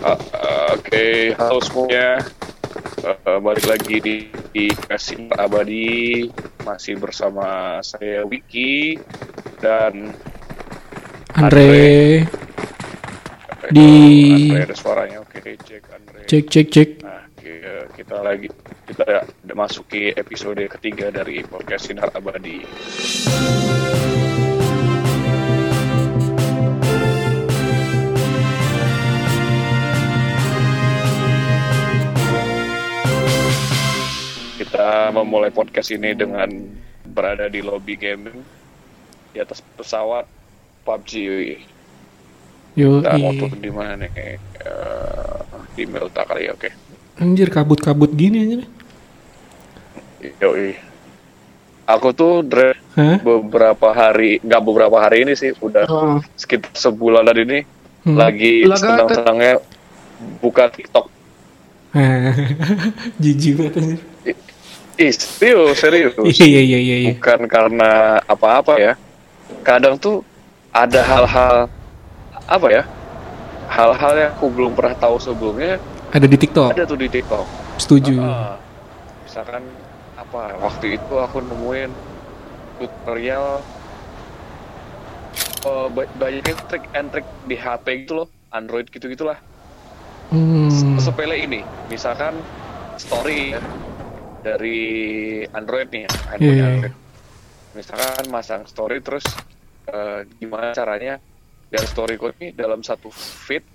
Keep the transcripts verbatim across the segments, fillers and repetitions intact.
Uh, uh, Oke, okay. Halo semuanya. Uh, balik lagi di, di Kasih Abadi, masih bersama saya Wiki dan Andre. Andre. Di Andre ada suaranya, oke, okay, cek Andre. Cek cek cek. Nah, kita lagi kita udah masuki episode ketiga dari podcast Sinar Abadi. Kita memulai podcast ini dengan berada di lobby gaming di atas pesawat P U B G. Yo, kita mau turun di mana nih? Uh, di Melta kali ya, oke. Okay. Anjir, kabut-kabut gini aja nih. Yoi. Aku tuh Dre, huh? beberapa hari, nggak beberapa hari ini sih, udah oh. sekitar sebulanan ini hmm. lagi senang-senangnya buka TikTok. Jijik banget anjir. Ih, serius, serius. Iya, iya, iya, iya. Bukan karena apa-apa ya. Kadang tuh ada hal-hal apa ya? Hal-hal yang aku belum pernah tahu sebelumnya. Ada di TikTok. Ada tuh di TikTok. Setuju. Uh, misalkan apa? Waktu itu aku nemuin tutorial uh, banyak trik and trik di H P gitu loh, Android gitu-gitulah. Hmm. Sepele ini, misalkan story ya, dari Android nih, handphone yeah. Android. Misalkan masang story terus uh, gimana caranya dan story code ini dalam satu feed,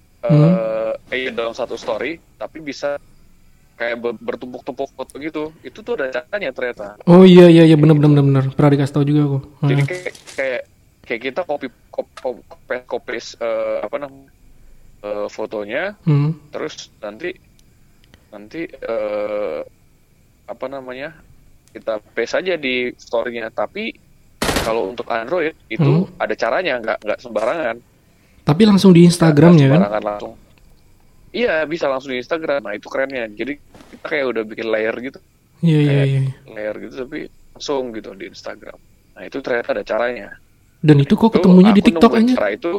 uh, hmm. eh dalam satu story, tapi bisa kayak bertumpuk-tumpuk foto gitu. Itu tuh ada caranya ternyata. Oh iya iya iya benar benar benar. Pernah dikasih tahu juga aku. Hmm. Jadi kayak kayak kayak kita copy copy copy uh, apa namanya uh, fotonya, hmm. terus nanti nanti uh, apa namanya kita paste aja di story-nya. Tapi kalau untuk Android itu hmm. ada caranya, nggak nggak sembarangan. Tapi langsung di Instagram ya kan? Sembarangan langsung. Iya, bisa langsung di Instagram. Nah, itu kerennya. Jadi kita kayak udah bikin layer gitu. Iya, iya, iya. Layer gitu tapi langsung gitu di Instagram. Nah, itu ternyata ada caranya. Dan itu kok ketemunya di TikTok aja? Cara itu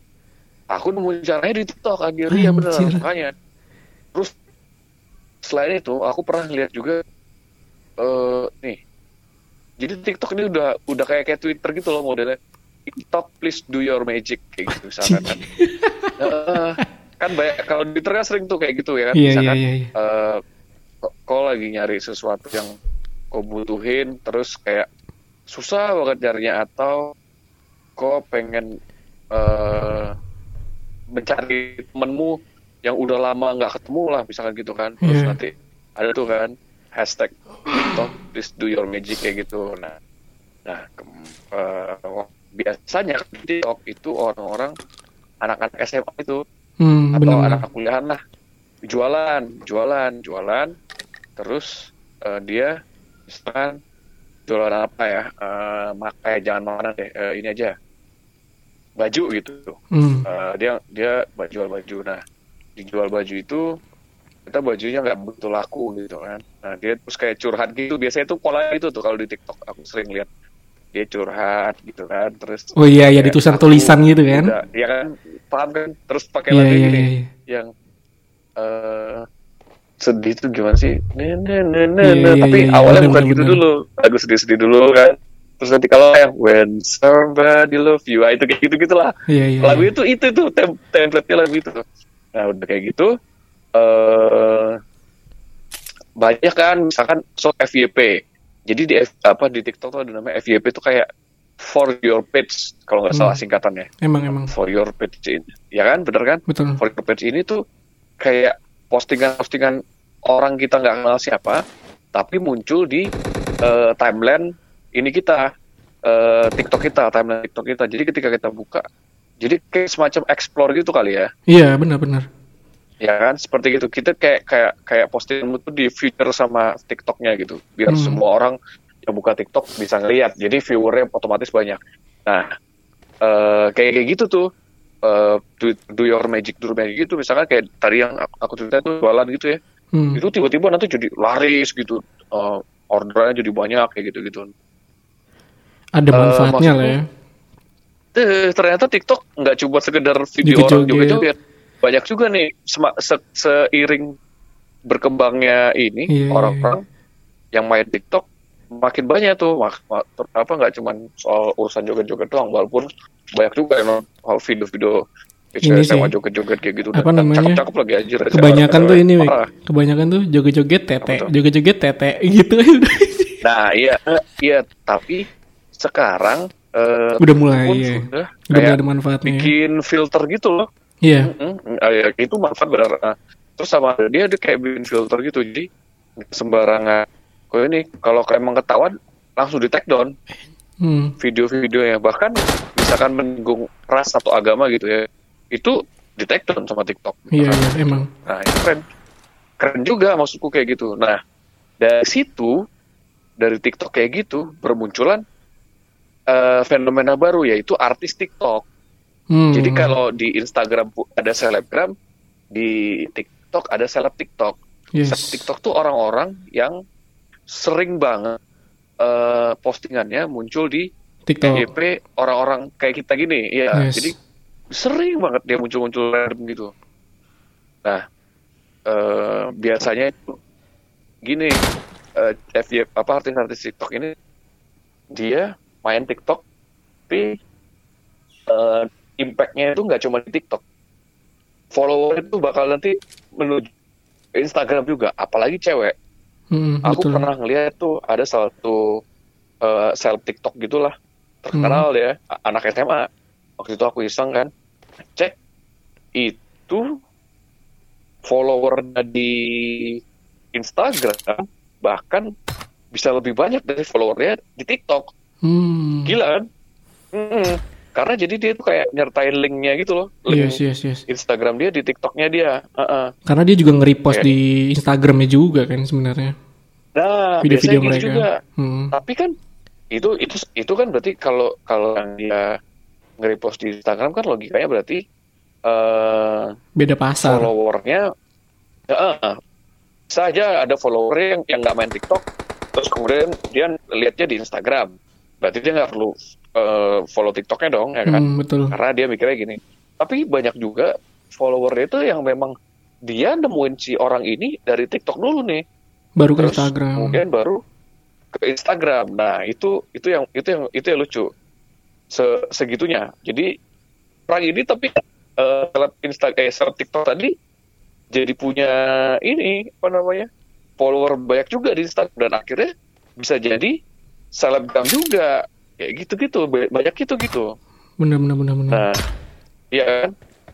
aku nemuin caranya di TikTok akhirnya. Iya benar, makanya. Terus selain itu, aku pernah lihat juga uh, nih. Jadi TikTok ini udah udah kayak kayak Twitter gitu loh modelnya. TikTok please do your magic kayak gitu misalkan kan. uh, kan banyak kalau di Twitter kan sering tuh kayak gitu ya kan. Yeah, misalkan yeah, yeah. Uh, kau lagi nyari sesuatu yang kau butuhin terus kayak susah banget nyarinya atau kau pengen uh, mencari temenmu yang udah lama nggak ketemu lah misalkan gitu kan. Terus yeah. nanti ada tuh kan hashtag TikTok please do your magic kayak gitu. Nah, nah ke, uh, biasanya di TikTok itu orang-orang anak-anak S M A itu hmm, atau bener-bener. Anak kuliahan lah jualan, jualan, jualan. Terus uh, dia misalkan jualan apa ya? Uh, makai jangan makanan deh. Uh, ini aja baju gitu. Hmm. Uh, dia dia jual baju. Nah, dijual baju itu kita bajunya nggak betul laku gitu kan. Nah dia terus kayak curhat gitu. Biasanya tuh pola itu tuh kalau di TikTok aku sering lihat dia curhat gitu kan. Terus oh iya iya ditulisan tulisan gitu kan. Udah, ya kan paham kan. Terus pakai yeah, lagu yeah, gini yeah. yang uh, sedih tuh gimana sih? Nah, nah, nah, nah, yeah, nah. yeah, Tapi yeah, awalnya yeah, bukan bener, gitu bener. dulu. Lagu sedih-sedih dulu kan. Terus nanti kalau yang when somebody love you, itu kayak gitu gitulah. Yeah, yeah, lagu yeah. itu itu tuh tem- template-nya lagu itu. Nah udah kayak gitu. Uh, banyak kan misalkan short F Y P. Jadi di F, apa di TikTok tuh ada namanya F Y P tuh kayak for your page kalau nggak hmm. salah singkatannya. Emang emang. For your page ini, ya kan, bener kan? Betul. For your page ini tuh kayak postingan-postingan orang kita nggak kenal siapa, tapi muncul di uh, timeline ini kita uh, TikTok kita, timeline TikTok kita. Jadi ketika kita buka, jadi kayak semacam explore gitu kali ya? Iya benar-benar. Ya kan seperti gitu kita kayak kayak kayak postinganmu tuh di feature sama TikToknya gitu biar hmm. semua orang yang buka TikTok bisa ngelihat jadi viewernya otomatis banyak. Nah uh, kayak kayak gitu tuh uh, do, do your magic do your magic gitu misalkan kayak tadi yang aku, aku cerita tuh jualan gitu ya hmm. itu tiba-tiba nanti jadi laris gitu uh, orderannya jadi banyak kayak gitu gitu. Ada manfaatnya uh, lah ya. Eh, ternyata TikTok nggak cuma sekedar video orang joget-joget. banyak juga nih sema- se- seiring berkembangnya ini Iya, iya, orang-orang yang main TikTok makin banyak tuh mak- mak- apa nggak cuman soal urusan joget-joget doang, walaupun banyak juga yang soal video-video Ini cewek sama sih, joget-joget kayak gitu apa dan namanya? cakep-cakep lagi anjir. Kebanyakan tuh ini, Wik. Parah. Kebanyakan tuh joget-joget tete, tuh? joget-joget tete gitu. Nah iya iya tapi sekarang eh, Udah mulai, pun iya. sudah Udah mulai kayak ada manfaatnya. Ya. bikin filter gitu loh. Iya. Mm-mm. Ah, ya, itu manfaat benar. Nah, terus sama dia dia kayak bikin filter gitu, jadi nggak sembarangan. Kok ini kalau kayak emang ketahuan langsung di take down Hmm. video-videonya, bahkan misalkan menyinggung ras atau agama gitu ya, itu di take down sama TikTok. Iya, iya, emang. Nah itu keren, keren juga maksudku kayak gitu. Nah dari situ, dari TikTok kayak gitu bermunculan eh, fenomena baru, yaitu artis TikTok. Hmm. Jadi kalau di Instagram pu- ada selebgram, di TikTok ada seleb TikTok. Yes. Seleb TikTok tuh orang-orang yang sering banget eh, postingannya muncul di TikTok. T G P orang-orang kayak kita gini, ya. Yes. Jadi sering banget dia muncul-muncul random gitu. Nah, eh, biasanya itu gini, eh, F Y P apa artis-artis TikTok ini dia main TikTok, tapi eh, impact-nya itu nggak cuma di TikTok. Follower itu bakal nanti menuju ke Instagram juga, apalagi cewek. Hmm, Aku betul. pernah ngeliat tuh ada salah satu uh, seleb TikTok gitulah, terkenal ya, a- anak S M A. Waktu itu aku iseng kan, cek itu followernya di Instagram bahkan bisa lebih banyak dari followernya di TikTok. Hmm. Gila kan? Mm-mm. Karena jadi dia tuh kayak nyertain linknya gitu loh, link Yes, yes, yes. Instagram dia di TikToknya dia. Uh-uh. Karena dia juga nge-repost Kayak- di Instagramnya juga kan sebenarnya. Nah, Video-video biasanya gitu mereka. juga. Hmm. Tapi kan itu itu itu kan berarti kalau kalau yang dia nge-repost di Instagram kan logikanya berarti eh Beda pasar. followernya ya, eh, bisa aja ada follower yang yang nggak main TikTok, terus kemudian dia lihatnya di Instagram, berarti dia nggak perlu eh, follow TikToknya dong, ya kan? Hmm, betul. Karena dia mikirnya gini. Tapi banyak juga followernya itu yang memang dia nemuin si orang ini dari TikTok dulu nih, Baru ke terus Instagram. kemudian baru ke Instagram. Nah itu itu yang itu yang itu yang lucu. Se- segitunya. Jadi orang ini tapi eh, seleb Insta eh seleb TikTok tadi jadi punya ini apa namanya follower banyak juga di Instagram dan akhirnya bisa jadi selebgram juga kayak gitu-gitu, ba- banyak gitu-gitu. Bener, bener, bener, bener. Nah iya kan,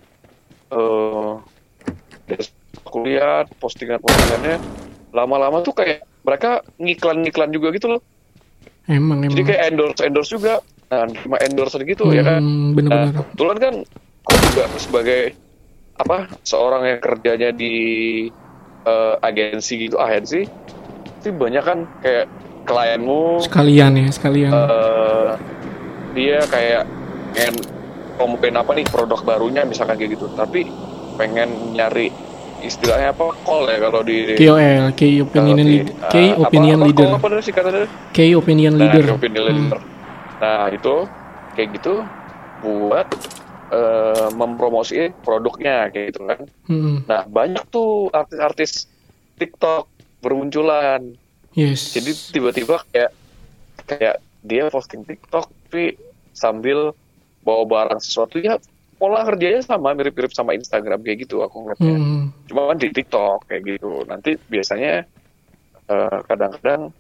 eh dari aku lihat postingan-postingannya lama-lama tuh kayak mereka ngiklan-ngiklan juga gitu loh. Emang, emang. Jadi kayak endorse endorse juga, nah cuma endorse gitu ya kan. Hmm, Nah, bener-bener. kebetulan kan aku juga sebagai apa seorang yang kerjanya di eh, agensi gitu, agensi, itu banyak kan kayak klienmu Sekalian ya, sekalian. eh, dia kayak pengen ngomongin apa nih produk barunya misalkan kayak gitu, tapi pengen nyari istilahnya apa call ya kalau di K O L, Key Opinion kalau di, Leader. eh, Key apa- Opinion apa Leader. call apa sih katanya? Key Opinion Nah, Leader. Key opinion Hmm. leader. Nah, itu kayak gitu buat eh, mempromosiin produknya kayak gitu kan. Hmm. Nah, banyak tuh artis-artis TikTok bermunculan. Yes. Jadi tiba-tiba kayak kayak dia posting TikTok tapi sambil bawa barang sesuatu, ya pola kerjanya sama, mirip-mirip sama Instagram kayak gitu aku ngeliatnya. Hmm. Cuma kan di TikTok kayak gitu. Nanti biasanya eh, kadang-kadang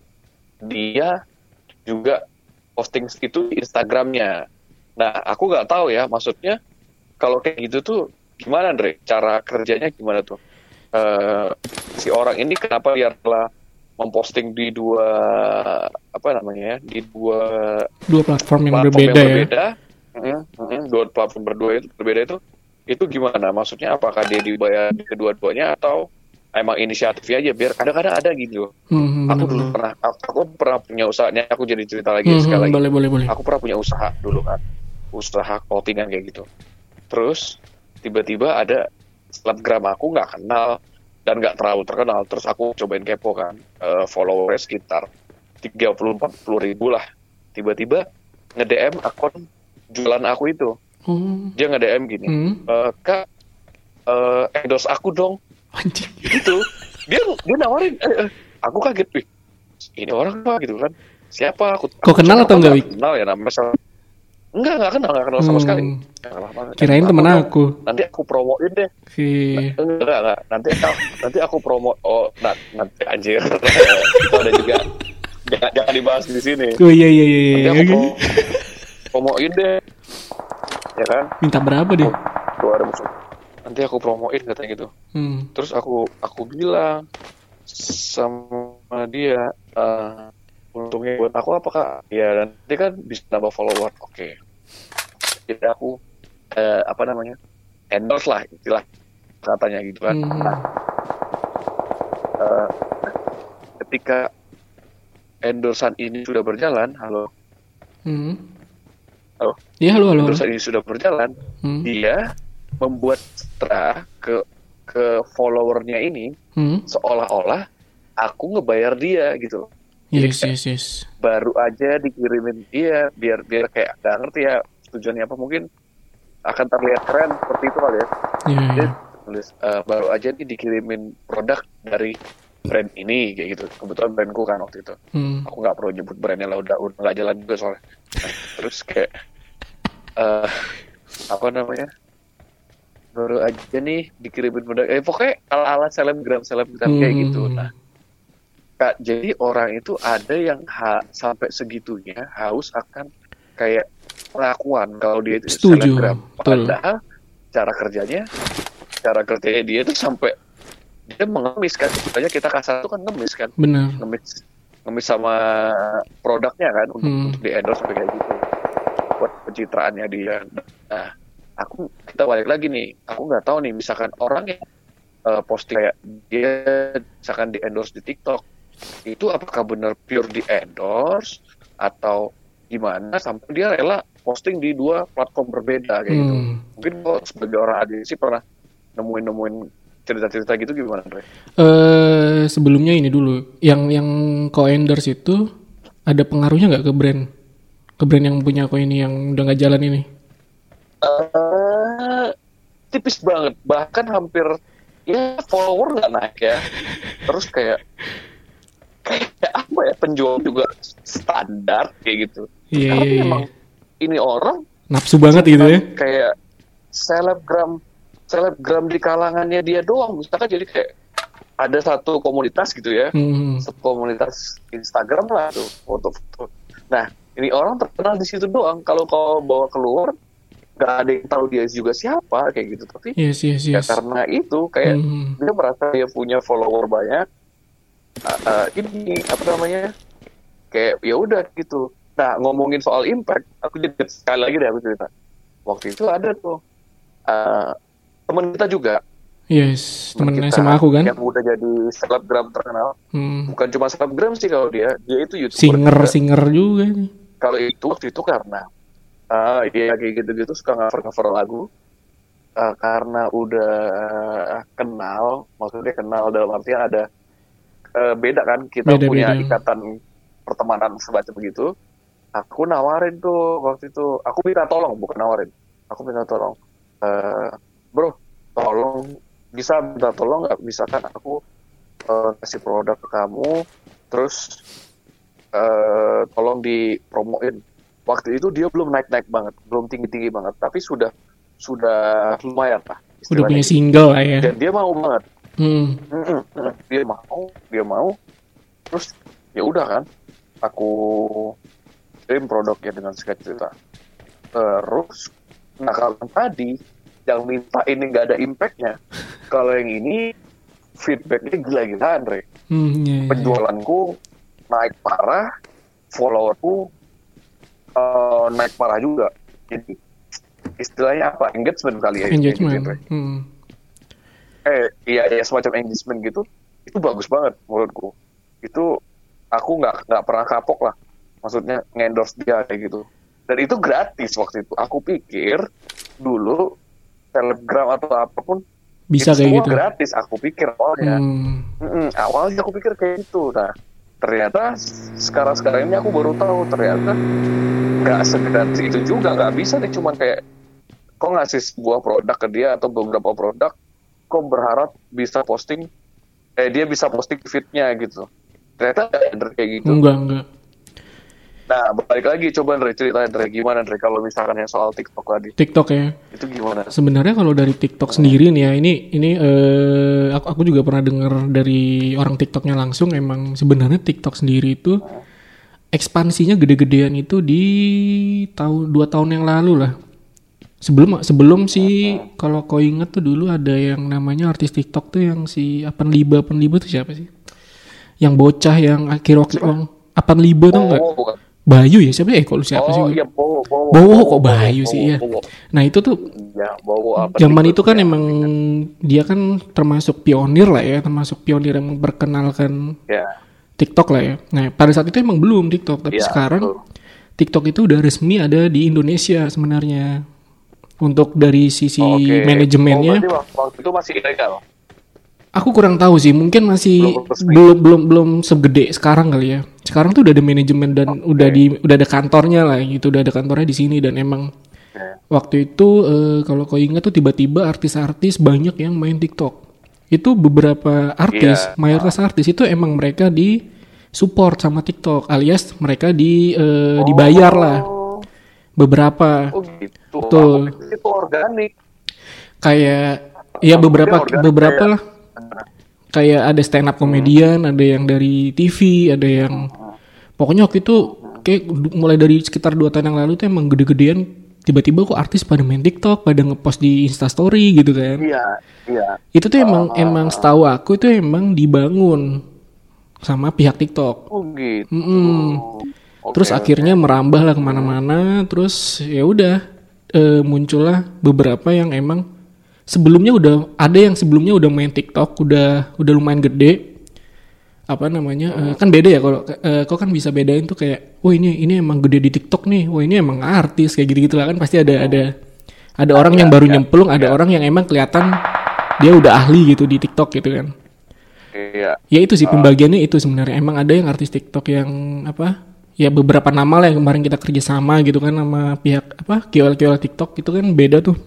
dia juga posting itu di Instagramnya. Nah, aku nggak tahu ya, maksudnya kalau kayak gitu tuh gimana, Andre? Cara kerjanya gimana tuh? Eh, si orang ini kenapa dia telah memposting di dua apa namanya ya? Di dua Dua platform yang platform berbeda yang ya. berbeda. Mm, mm, dua platform berdua itu berbeda itu itu gimana? Maksudnya apakah dia dibayar di kedua-duanya atau emang inisiatifnya aja? Biar kadang-kadang ada gitu. Hmm, Aku benar-benar. dulu pernah aku, aku pernah punya usahanya, aku jadi cerita lagi Hmm, sekali lagi. boleh, boleh, boleh. Aku pernah punya usaha dulu kan, usaha clothingan kayak gitu. Terus tiba-tiba ada selebgram aku nggak kenal dan nggak terlalu terkenal. Terus aku cobain kepo kan, eh, followernya sekitar tiga puluh sampai empat puluh ribu lah. Tiba-tiba nge-D M akun jualan aku itu. Oh. Dia nge-D M gini, Hmm. "Eh, Kak, eh, endorse aku dong. Anjing. Gitu. Dia dia nawarin, eh, eh. Aku kaget, wih, ini orang apa gitu kan? Siapa? Aku, Kok aku kenal siapa, atau enggak, nggak Wik? kenal ya namanya. Sama- Enggak, enggak kenal, enggak kenal sama Hmm. sekali. Ya, nggak apa-apa. Kirain Aku temen dong. aku. Nanti aku promoin deh. Oke. Enggak, enggak. Nanti aku, nanti aku promo. Oh, nah, nanti anjir. Kita udah juga. Jangan, jangan dibahas di sini. Oh iya iya iya. Nanti iya. aku Oke. pro- promoin deh. Ya kan? Minta berapa deh? Tuh ada musuh. Nanti aku promoin katanya gitu. Hmm. Terus aku aku bilang sama dia, eh, untungnya buat aku apa kak? Ya nanti kan bisa nambah follower. Oke. Jadi aku eh, apa namanya endorse lah istilah katanya gitu kan. Hmm. Nah, eh, ketika endorsan ini sudah berjalan, halo, Hmm. halo, Iya halo halo. halo. endorsan ini sudah berjalan, Hmm. dia membuat citra ke ke followernya ini Hmm. seolah-olah aku ngebayar dia gitu loh. Jadi Yes kayak yes yes. baru aja dikirimin dia biar biar kayak nggak ngerti ya tujuannya apa, mungkin akan terlihat keren seperti itu kali ya. Iya Dia iya. tulis eh, baru aja nih dikirimin produk dari brand ini kayak gitu. Kebetulan brandku kan waktu itu. Hmm. Aku nggak perlu nyebut brandnya lah, udah udah nggak jalan juga soalnya. Nah, terus kayak eh apa namanya baru aja nih dikirimin produk, eh pokoknya ala-ala selebgram selebgram kayak Hmm. gitu. Nah, Kak, jadi orang itu ada yang ha, sampai segitunya haus akan kayak pengakuan kalau dia itu Setuju, selebgram. betul. Padahal cara kerjanya, cara kerjanya dia itu sampai dia mengemis kan. Sebenarnya kita kasar itu kan ngemis kan, Benar. ngemis ngemis sama produknya kan untuk, Hmm. untuk di endorse kayak gitu buat pencitraannya dia. Nah, aku kita balik lagi nih. Aku nggak tahu nih, misalkan orang yang uh, posting kayak dia misalkan di endorse di TikTok, itu apakah benar pure di endorse atau gimana sampai dia rela posting di dua platform berbeda kayak gitu. Hmm. Mungkin kok sebagai orang agensi pernah nemuin-nemuin cerita-cerita gitu gimana, Andre? Eh sebelumnya ini dulu, yang yang co-endorse itu ada pengaruhnya nggak ke brand, ke brand yang punya ko ini yang udah nggak jalan ini? Uh, tipis banget, bahkan hampir ya follower nggak naik ya. Terus kayak kayak apa ya, penjual juga standar kayak gitu. Iya Karena iya iya. memang ini orang Nafsu banget gitu ya? kayak selebgram selebgram di kalangannya dia doang, misalkan jadi kayak ada satu komunitas gitu ya, Hmm. satu komunitas Instagram lah tuh foto-foto. Nah ini orang terkenal di situ doang, kalau kau bawa keluar nggak ada yang tahu dia juga siapa kayak gitu. Tapi Yes yes ya yes. karena itu kayak Hmm. dia merasa dia punya follower banyak, uh, uh, ini apa namanya kayak ya udah gitu. Nah ngomongin soal impact, aku jadi sekali lagi deh aku cerita. Waktu itu ada tuh uh, teman kita juga, Yes, temen kita sama aku kan. yang udah jadi selebgram terkenal. Hmm. Bukan cuma selebgram sih kalau dia, dia itu youtuber Singer juga. singer juga nih. Kalau itu waktu itu karena ah dia kayak gitu-gitu suka cover-cover lagu. Uh, karena udah kenal, maksudnya kenal dalam artian ada uh, beda kan, kita Beda, punya beda. ikatan pertemanan semacam begitu. Aku nawarin tuh waktu itu, aku minta tolong, bukan nawarin, aku minta tolong, uh, bro, tolong bisa minta tolong nggak, misalkan aku uh, kasih produk ke kamu, terus uh, tolong dipromoin. Waktu itu dia belum naik-naik banget, belum tinggi-tinggi banget, tapi sudah sudah lumayan lah. Udah punya istilahnya. single lah ya. Dan dia mau banget. Hmm. Mm-mm, mm. Dia mau, dia mau. Terus ya udah kan, aku kirim produknya dengan segala cerita. Terus, nah kalau yang tadi yang minta ini nggak ada impactnya, kalau yang ini feedbacknya gila-gila, Andre. Hmm, iya, iya. Penjualanku naik parah, followerku uh, naik parah juga. Jadi istilahnya apa? Engagement kali ya. Engagement. Gitu, Andre. Hmm. eh iya iya semacam engagement gitu, itu bagus banget menurutku. Itu aku nggak nggak pernah kapok lah, maksudnya ngendorse dia kayak gitu, dan itu gratis waktu itu. Aku pikir dulu selebgram atau apapun Bisa itu kayak semua gitu. gratis, aku pikir awalnya. Hmm. Mm-mm, awalnya aku pikir kayak gitu. Nah ternyata sekarang sekarang ini aku baru tahu ternyata nggak segratis itu juga, nggak bisa nih cuman kayak kok ngasih sebuah produk ke dia atau beberapa produk kok berharap bisa posting, eh dia bisa posting feed-nya gitu. Ternyata ada kayak gitu. Enggak, enggak. Nah, balik lagi coba Andre ceritain Andre gimana Andre kalau misalkan yang soal TikTok tadi. TikTok ya. Itu gimana? Sebenarnya kalau dari TikTok sendiri nih ya, ini ini eh, aku aku juga pernah dengar dari orang TikToknya langsung. Emang sebenarnya TikTok sendiri itu ekspansinya gede-gedean itu di tahun dua tahun yang lalu lah. Sebelum sebelum sih kalau kau inget tuh dulu ada yang namanya artis TikTok tuh yang si Apan Liba Apan Liba tuh siapa sih? Yang bocah yang akhir waktu Apan Liba tuh enggak? Oh, bukan. Bayu ya siapa ya? Kok lu siapa oh, sih? Oh iya Bowo. Bowo, Bowo kok Bayu sih ya. Nah itu tuh ya, Bowo, apa zaman itu kan emang dia kan termasuk pionir lah ya, termasuk pionir yang memperkenalkan ya. TikTok lah ya. Nah pada saat itu emang belum TikTok, tapi ya, sekarang betul. TikTok itu udah resmi ada di Indonesia sebenarnya. Untuk dari sisi oh, okay. manajemennya. Oh, waktu itu masih ilegal. Aku kurang tahu sih, mungkin masih belum belum belum, belum segede sekarang kali ya. Sekarang tuh udah ada manajemen dan okay. udah di udah ada kantornya lah gitu, udah ada kantornya di sini dan emang okay. waktu itu uh, kalau kau ingat tuh tiba-tiba artis-artis banyak yang main TikTok. Itu beberapa artis, yeah. mayoritas artis itu emang mereka di support sama TikTok, alias mereka di uh, oh. dibayar lah. Beberapa. Oh gitu. Tuh. Itu organik. Kayak ya beberapa beberapa kayak, lah. Kayak ada stand up komedian, hmm. ada yang dari T V, ada yang pokoknya waktu itu kayak mulai dari sekitar dua tahun yang lalu tuh emang gede-gedean tiba-tiba kok artis pada main TikTok, pada ngepost di Instastory gitu kan. Iya, iya. Itu tuh emang uh, emang setahu aku itu emang dibangun sama pihak TikTok. Oh gitu. Mm-mm. Okay, terus okay. akhirnya merambah lah kemana-mana, terus ya udah e, muncullah beberapa yang emang sebelumnya udah ada yang sebelumnya udah main TikTok, udah udah lumayan gede. Apa namanya? Hmm. E, kan beda ya kalau e, kau kan bisa bedain tuh kayak, oh ini ini emang gede di TikTok nih, oh ini emang artis kayak gitu-gitu lah kan pasti ada hmm. ada ada orang ya, yang baru ya, nyemplung, ya. Ada orang yang emang kelihatan dia udah ahli gitu di TikTok gitu kan. Iya. Ya itu sih pembagiannya itu sebenarnya emang ada yang artis TikTok yang apa? Ya beberapa nama lah yang kemarin kita kerjasama gitu kan sama pihak apa K O L K O L TikTok itu kan beda tuh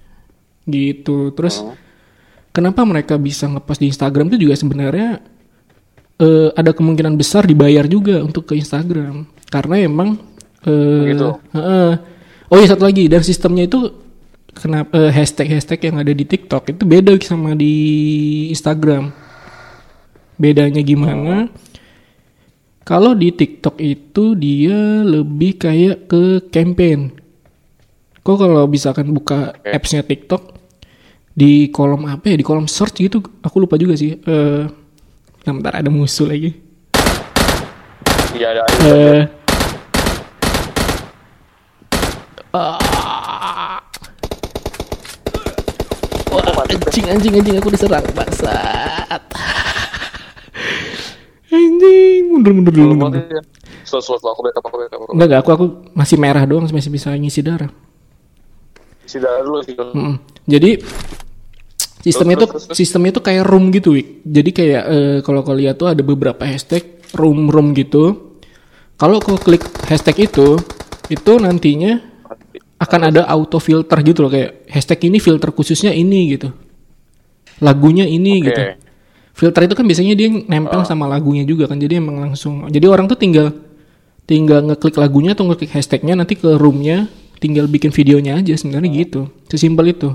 gitu. Terus hmm. kenapa mereka bisa ngepost di Instagram itu juga sebenarnya uh, ada kemungkinan besar dibayar juga untuk ke Instagram karena emang uh, gitu. uh, oh iya satu lagi dan sistemnya itu kenapa uh, hashtag hashtag yang ada di TikTok itu beda sama di Instagram. Bedanya gimana? Hmm. Kalau di TikTok itu dia lebih kayak ke campaign. Kok kalau misalkan buka okay. apps-nya TikTok di kolom apa ya? Di kolom search gitu, aku lupa juga sih. Uh, bentar ada musuh lagi. Iya ada. Uh, uh, Wah, anjing anjing anjing aku diserang bangsat. Anjing, mundur-mundur dulu. Mundur. Slow, slow, slow. Aku backup, aku backup. Enggak, enggak. Aku, aku masih merah doang, masih bisa ngisi darah. Ngisi darah dulu sih. Mm-mm. Jadi sistemnya tuh sistemnya tuh kayak room gitu, Wik. Jadi kayak uh, kalau kau lihat tuh ada beberapa hashtag room room gitu. Kalau kau klik hashtag itu, itu nantinya akan ada auto filter gitu loh, kayak hashtag ini filter khususnya ini gitu. Lagunya ini okay. gitu. Filter itu kan biasanya dia nempel uh. sama lagunya juga kan, jadi emang langsung. Jadi orang tuh tinggal tinggal ngeklik lagunya atau ngeklik hashtagnya, nanti ke roomnya tinggal bikin videonya aja sebenarnya uh. gitu, sesimpel itu.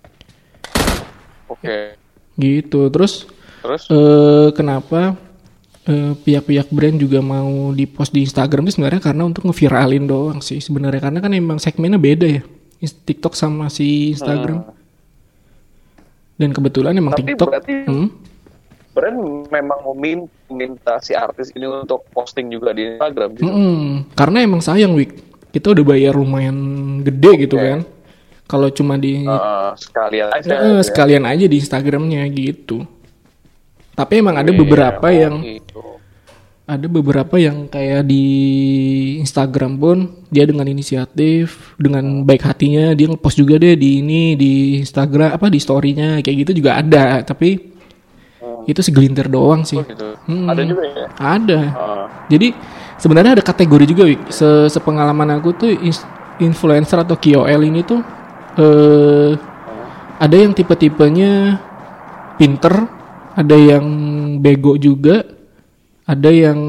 Oke. Okay. Gitu, terus. Terus? Uh, kenapa uh, pihak-pihak brand juga mau di post di Instagram itu sebenarnya karena untuk ngeviralin doang sih sebenarnya, karena kan emang segmennya beda ya, TikTok sama si Instagram. Hmm. Dan kebetulan emang Tapi TikTok. Berarti... Hmm? brand memang meminta si artis ini untuk posting juga di Instagram gitu. Mm-hmm. Karena emang sayang, Wik. Kita udah bayar lumayan gede okay. gitu kan. Kalau cuma di uh, sekalian aja, uh, sekalian aja di Instagramnya gitu. Tapi emang okay, ada beberapa oh, yang gitu. Ada beberapa yang kayak di Instagram pun dia dengan inisiatif, dengan baik hatinya dia ngepost juga deh di ini di Instagram apa di story-nya kayak gitu juga ada, tapi itu segelintir doang sih. Oh gitu. Hmm, ada juga ya? Ada. Uh. Jadi sebenarnya ada kategori juga, Wik. Se Sepengalaman aku tuh influencer atau K O L ini tuh eh, uh. ada yang tipe-tipenya pinter, ada yang bego juga, ada yang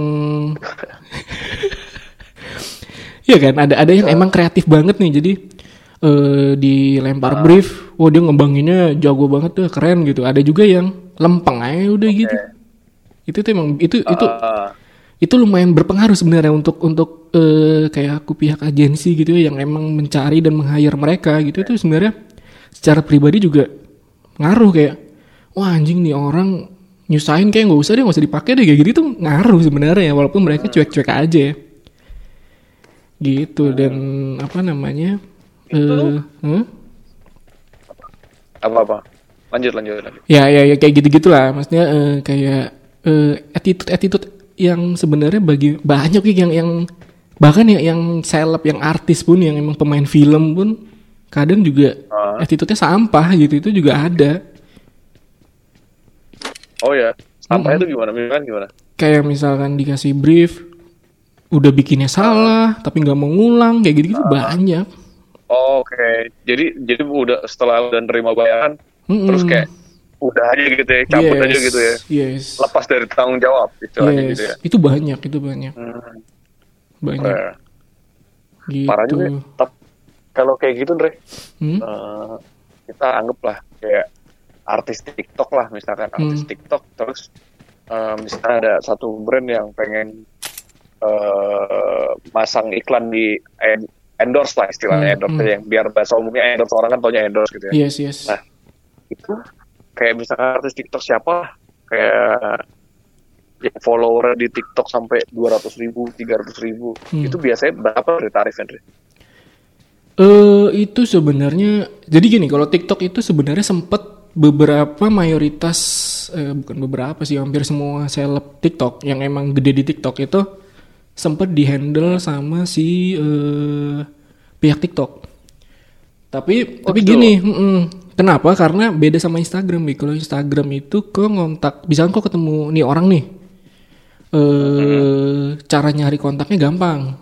iya kan, ada ada yang emang kreatif banget nih. Jadi uh, dilempar brief, wah dia ngembanginnya jago banget tuh, keren gitu. Ada juga yang lempeng aja udah okay. gitu. Itu tuh emang itu uh. itu itu lumayan berpengaruh sebenarnya untuk untuk uh, kayak aku pihak agensi gitu ya, yang emang mencari dan meng-hire mereka gitu. Itu sebenarnya secara pribadi juga ngaruh, kayak wah anjing nih orang nyusahin, kayak nggak usah deh, nggak usah dipakai deh, kayak gitu tuh ngaruh sebenarnya, walaupun mereka cuek-cuek aja ya. Gitu. Dan apa namanya itu uh, huh? apa-apa lanjut lanjut lanjut ya ya ya kayak gitu gitulah, maksudnya uh, kayak uh, attitude attitude yang sebenarnya bagi banyak yang yang bahkan ya yang seleb, yang artis pun, yang emang pemain film pun kadang juga uh. attitude-nya sampah gitu, itu juga ada. Oh ya, sampah mm-hmm. itu gimana? Misalkan gimana? Kayak misalkan dikasih brief udah bikinnya salah, tapi nggak mau ngulang, kayak gitu-gitu uh. banyak. Oh, Oke, okay. jadi jadi udah setelah udah nerima bayaran, mm-mm. terus kayak udah aja gitu ya, cabut yes, aja gitu ya, yes. lepas dari tanggung jawab, itu yes. aja gitu ya. Itu banyak, itu banyak, hmm. banyak. Nah, gitu. Parah juga. Tapi kalau kayak gitu, Andre, hmm? uh, kita anggaplah kayak artis TikTok lah, misalkan artis hmm. TikTok, terus uh, misalnya ada satu brand yang pengen uh, masang iklan di endorse lah istilahnya, hmm, endorse hmm. yang biar bahasa umumnya endorse, orang kan taunya endorse gitu ya. Yes, yes. Nah, itu kayak misalkan artis TikTok siapa, kayak yang follower di TikTok sampai dua ratus ribu, tiga ratus ribu, hmm. itu biasanya berapa dari tarif, Andre? Uh, itu sebenarnya, jadi gini, kalau TikTok itu sebenarnya sempat beberapa mayoritas, eh, bukan beberapa sih, hampir semua seleb TikTok yang emang gede di TikTok itu sempat dihandle sama si uh, pihak TikTok. Tapi oh, tapi betul. gini, kenapa? Karena beda sama Instagram nih. Kalau Instagram itu kok ngontak, misalnya kok ketemu nih orang nih, uh, hmm. cara nyari kontaknya gampang.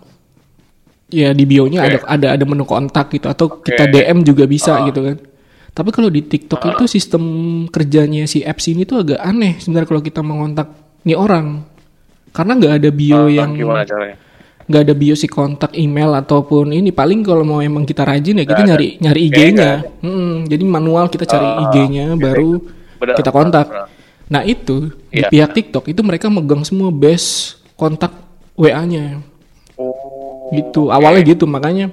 Ya di bio-nya okay. ada ada ada menu kontak gitu, atau okay. kita D M juga bisa uh. gitu kan. Tapi kalau di TikTok uh. itu sistem kerjanya si apps ini tuh agak aneh sebenarnya kalau kita mau ngontak nih orang. Karena nggak ada bio uh, yang nggak ada bio si kontak, email ataupun ini, paling kalau mau emang kita rajin ya kita gak nyari ada. nyari I G-nya. Hmm, jadi manual kita cari uh, I G-nya baru bener, kita kontak. Bener. Nah itu yeah. di pihak TikTok itu mereka megang semua base kontak W A-nya. Oh, gitu. Okay. Awalnya gitu, makanya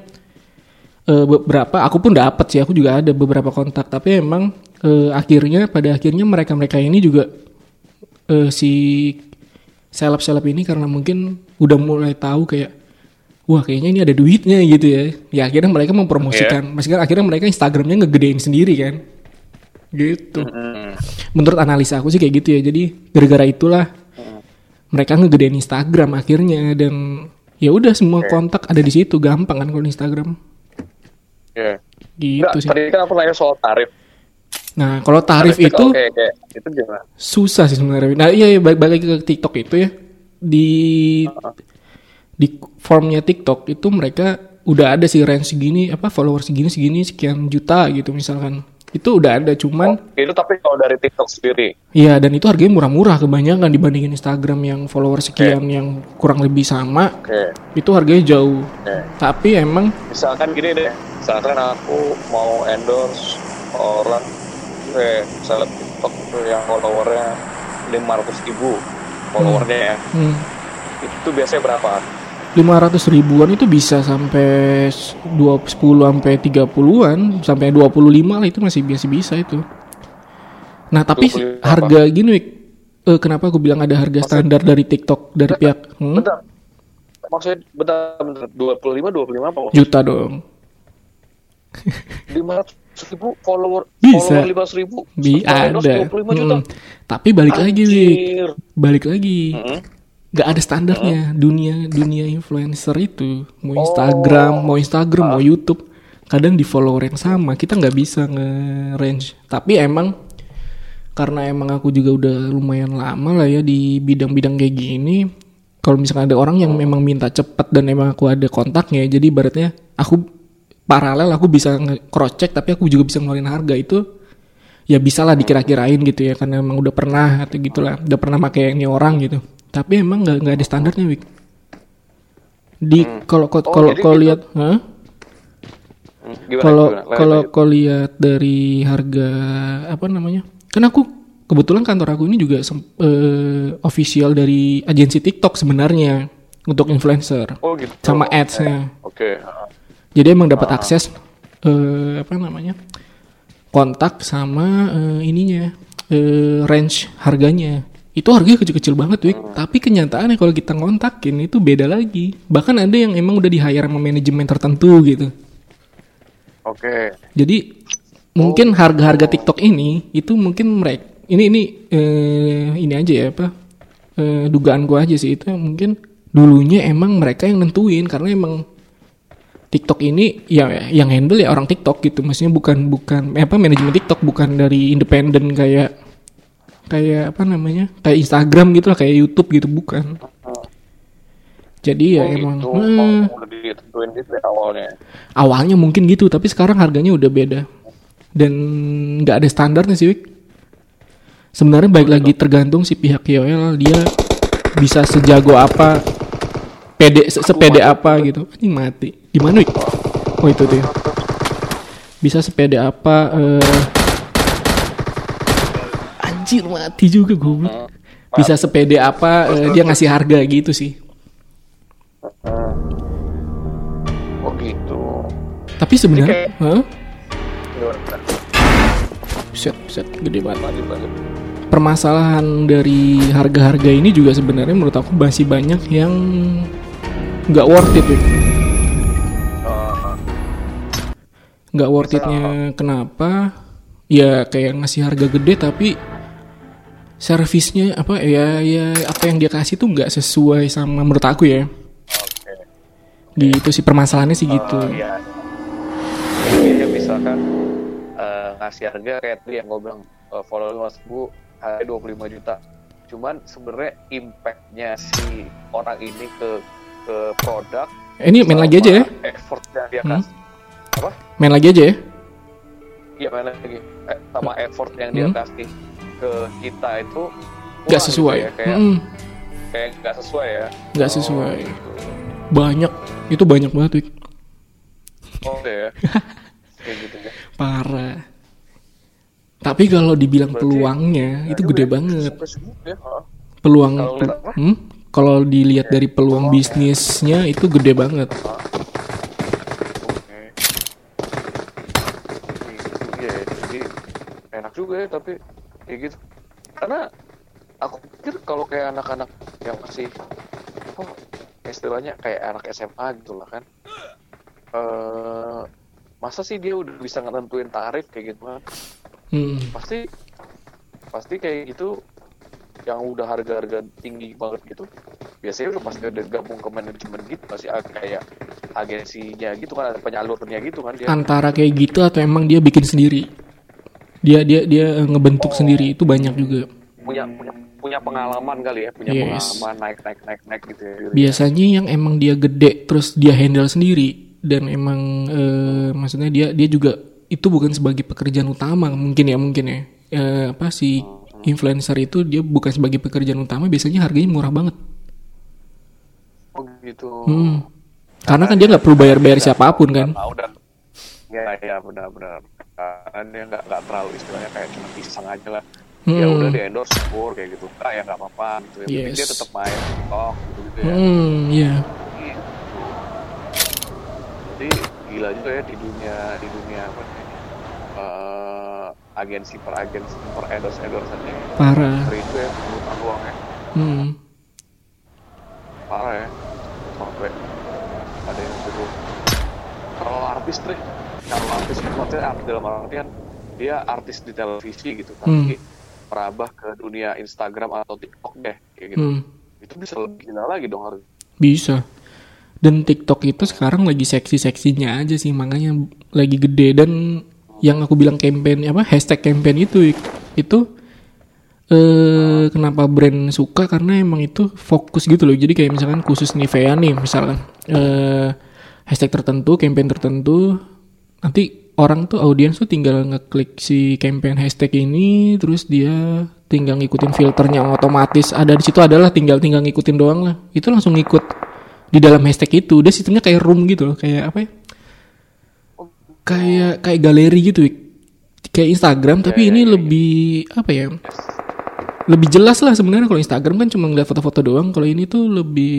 uh, beberapa aku pun dapat sih, aku juga ada beberapa kontak, tapi emang uh, akhirnya pada akhirnya mereka-mereka ini juga uh, si seleb-seleb ini karena mungkin udah mulai tahu kayak wah kayaknya ini ada duitnya gitu ya. Ya akhirnya mereka mempromosikan. Yeah. Maksudnya akhirnya mereka Instagramnya ngegedein sendiri kan. Gitu. Mm-hmm. Menurut analisa aku sih kayak gitu ya. Jadi gara-gara itulah mm. mereka ngegedein Instagram akhirnya, dan ya udah semua yeah. kontak ada di situ, gampang kan kalau di Instagram. Iya. Yeah. Gitu Nggak, sih. Tadi kan aku nanya soal tarif. Nah, kalau tarif, tarif itu kayak, kayak, itu susah sih sebenarnya. Nah, iya, iya balik, balik ke TikTok itu ya. Di uh-huh. di formnya TikTok itu mereka udah ada sih range segini, apa follower segini segini sekian juta gitu misalkan. Itu udah ada, cuman oh, itu tapi kalau dari TikTok sendiri. Iya, dan itu harganya murah-murah kebanyakan dibandingin Instagram yang follower sekian okay. yang kurang lebih sama. Okay. Itu harganya jauh. Okay. Tapi emang misalkan gini deh, misalkan aku mau endorse orang kayak seleb TikTok itu yang followernya lima ratus ribu followernya hmm. ya, hmm. itu biasanya berapa? lima ratus ribuan itu bisa sampai dua puluh sampai tiga puluhan, sampai dua puluh lima lah, itu masih biasa bisa itu. Nah tapi harga apa? Gini, eh, kenapa aku bilang ada harga maksud, standar dari TikTok dari bentar, pihak? Hmm? Bentar, maksudnya bentar, bentar, dua puluh lima, dua puluh lima apa? Juta dong. lima ratus ribu follower, bisa. Follower lima ratus ribu, Bi ada. dua puluh lima juta. Hmm. Tapi balik Anjir. lagi, Wik. Balik lagi. Hmm. Gak ada standarnya. Hmm. Dunia dunia influencer itu, mau Instagram, oh. mau Instagram, ah. mau YouTube, kadang di follower yang sama. Kita nggak bisa nge-range. Tapi emang karena emang aku juga udah lumayan lama lah ya di bidang-bidang kayak gini. Kalau misalkan ada orang yang hmm. memang minta cepet dan emang aku ada kontaknya, jadi ibaratnya aku paralel aku bisa nge-cross check tapi aku juga bisa ngeluarin harga, itu ya bisa lah dikira-kirain gitu ya karena emang udah pernah atau gitulah udah pernah pakai ini orang gitu tapi emang nggak nggak ada standarnya Wik di kalau Hmm. Oh, kalau jadi kalau gitu. lihat hah? Hmm, gimana, kalau gimana? Lanjut, kalau lanjut. kau lihat dari harga apa namanya kan aku kebetulan kantor aku ini juga sem- eh, official dari agensi TikTok sebenarnya untuk influencer Oh gitu. sama ads-nya. Oke. heeh. Jadi emang dapat akses eh, apa namanya kontak sama eh, ininya eh, range harganya. Itu harganya kecil-kecil banget, Wik. Tapi kenyataannya kalau kita ngontakin itu beda lagi. Bahkan ada yang emang udah di-hire sama manajemen tertentu gitu. Oke. Jadi mungkin harga-harga TikTok ini itu mungkin mereka ini ini eh, ini aja ya apa eh, dugaan gua aja sih itu mungkin dulunya emang mereka yang nentuin karena emang TikTok ini ya yang handle ya orang TikTok gitu, maksudnya bukan bukan eh, apa manajemen TikTok bukan dari independen kayak kayak apa namanya kayak Instagram gitu lah kayak YouTube gitu bukan. Jadi ya Oh emang gitu. eh, Oh, udah ditentuin gitu ya awalnya. awalnya mungkin gitu tapi sekarang harganya udah beda dan nggak ada standarnya sih Wik. Sebenarnya baik lagi tergantung si pihak K O L dia bisa sejago apa pede se- sepede apa gitu anjing mati di mana Wik? Oh itu tuh ya. Bisa sepede apa eh, anjir mati juga goblok bisa sepede apa eh, dia ngasih harga gitu sih. Oh gitu. Tapi sebenarnya Jadi huh? Gimana? Set, set, gede banget. Lanjut, lanjut. Permasalahan dari harga-harga ini juga sebenarnya menurut aku masih banyak yang nggak worth it, Wik. Uh, Nggak worth itnya kenapa? Ya kayak ngasih harga gede tapi servisnya apa ya ya apa yang dia kasih tuh nggak sesuai sama menurut aku ya. Oke. Gitu sih permasalahannya sih gitu. Uh, ya. Kayaknya misalkan uh, ngasih harga kayak tadi yang gue bilang uh, follow lima ribu harga dua puluh lima juta. Cuman sebenarnya impact-nya si orang ini ke ke produk. Eh, ini main lagi aja ya? Effort yang dia Hmm? kasih. Apa? Main lagi aja ya? Iya main lagi. Eh, sama effort yang dia Hmm? kasih ke kita itu Nggak wah, sesuai. gitu ya, kayak Mm-mm. kayak nggak sesuai ya. Nggak Oh, sesuai. gitu. Banyak. Itu banyak banget, Wik. Oh ya. Kayak gitu ya. Parah. Tapi kalau dibilang Berarti- peluangnya Ya, itu juga gede ya, banget. sampai segitu ya. Heeh. Peluang Kalau pel- lihat apa? hmm? Kalau dilihat dari peluang bisnisnya itu gede banget. Oke. Iya, ya, jadi enak juga ya tapi kayak gitu. Karena aku pikir kalau kayak anak-anak yang masih apa istilahnya kayak anak S M A gitu lah kan. Eh masa sih dia udah bisa nentuin tarif kayak gitu kan? Hmm. Pasti pasti kayak gitu yang udah harga-harga tinggi banget gitu biasanya udah pasti udah gabung ke manajemen gitu pasti ag- kayak agensinya gitu kan ada penyalurnya gitu kan dia. Antara kayak gitu atau emang dia bikin sendiri. Dia dia dia eh, ngebentuk sendiri itu banyak juga. punya punya punya pengalaman kali ya punya Yes. pengalaman naik naik naik naik gitu ya. Biasanya yang emang dia gede terus dia handle sendiri dan emang eh, maksudnya dia dia juga itu bukan sebagai pekerjaan utama mungkin ya mungkin ya. Eh, apa sih influencer itu dia bukan sebagai pekerjaan utama biasanya harganya murah banget. Oh gitu. Hmm. Karena kan dia nggak perlu bayar-bayar siapapun kan. Ah, udah. Ya ya benar-benar. Karena dia nggak nggak terlalu istilahnya kayak cuma iseng aja lah. Ya Hmm. udah di endorse syukur kayak gitu. Ah ya nggak apa-apa gitu. Yang penting Yes. dia tetap main. Oh gitu, gitu ya. Hmm, iya. Gitu. Jadi gila juga ya di dunia di dunia apa nih? Eh, agensi per agensi per endorse endorsannya Parah. ngeri juga ya peluang peluangnya Hmm. parah ya sampai ada yang suruh kalau artis deh kalau artis maksudnya artis dalam artian dia artis di televisi gitu tapi merambah ke dunia Instagram atau TikTok deh kayak gitu Hmm. itu bisa lebih gila lagi dong harus. Bisa. Dan TikTok itu sekarang lagi seksi-seksinya aja sih, makanya lagi gede. Dan yang aku bilang campaign apa hashtag campaign itu itu eh kenapa brand suka karena emang itu fokus gitu loh. Jadi kayak misalkan khusus Nivea nih, misalkan eh hashtag tertentu, campaign tertentu, nanti orang tuh audiens tuh tinggal ngeklik si campaign hashtag ini, terus dia tinggal ngikutin filternya otomatis ada di situ, adalah tinggal tinggal ngikutin doang lah, itu langsung ngikut di dalam hashtag itu. Dia sistemnya kayak room gitu loh, kayak apa ya, kayak kayak galeri gitu, kayak Instagram tapi ya, ini ya, lebih ya. Apa ya, lebih jelas lah sebenarnya. Kalau Instagram kan cuma ngeliat foto-foto doang, kalau ini tuh lebih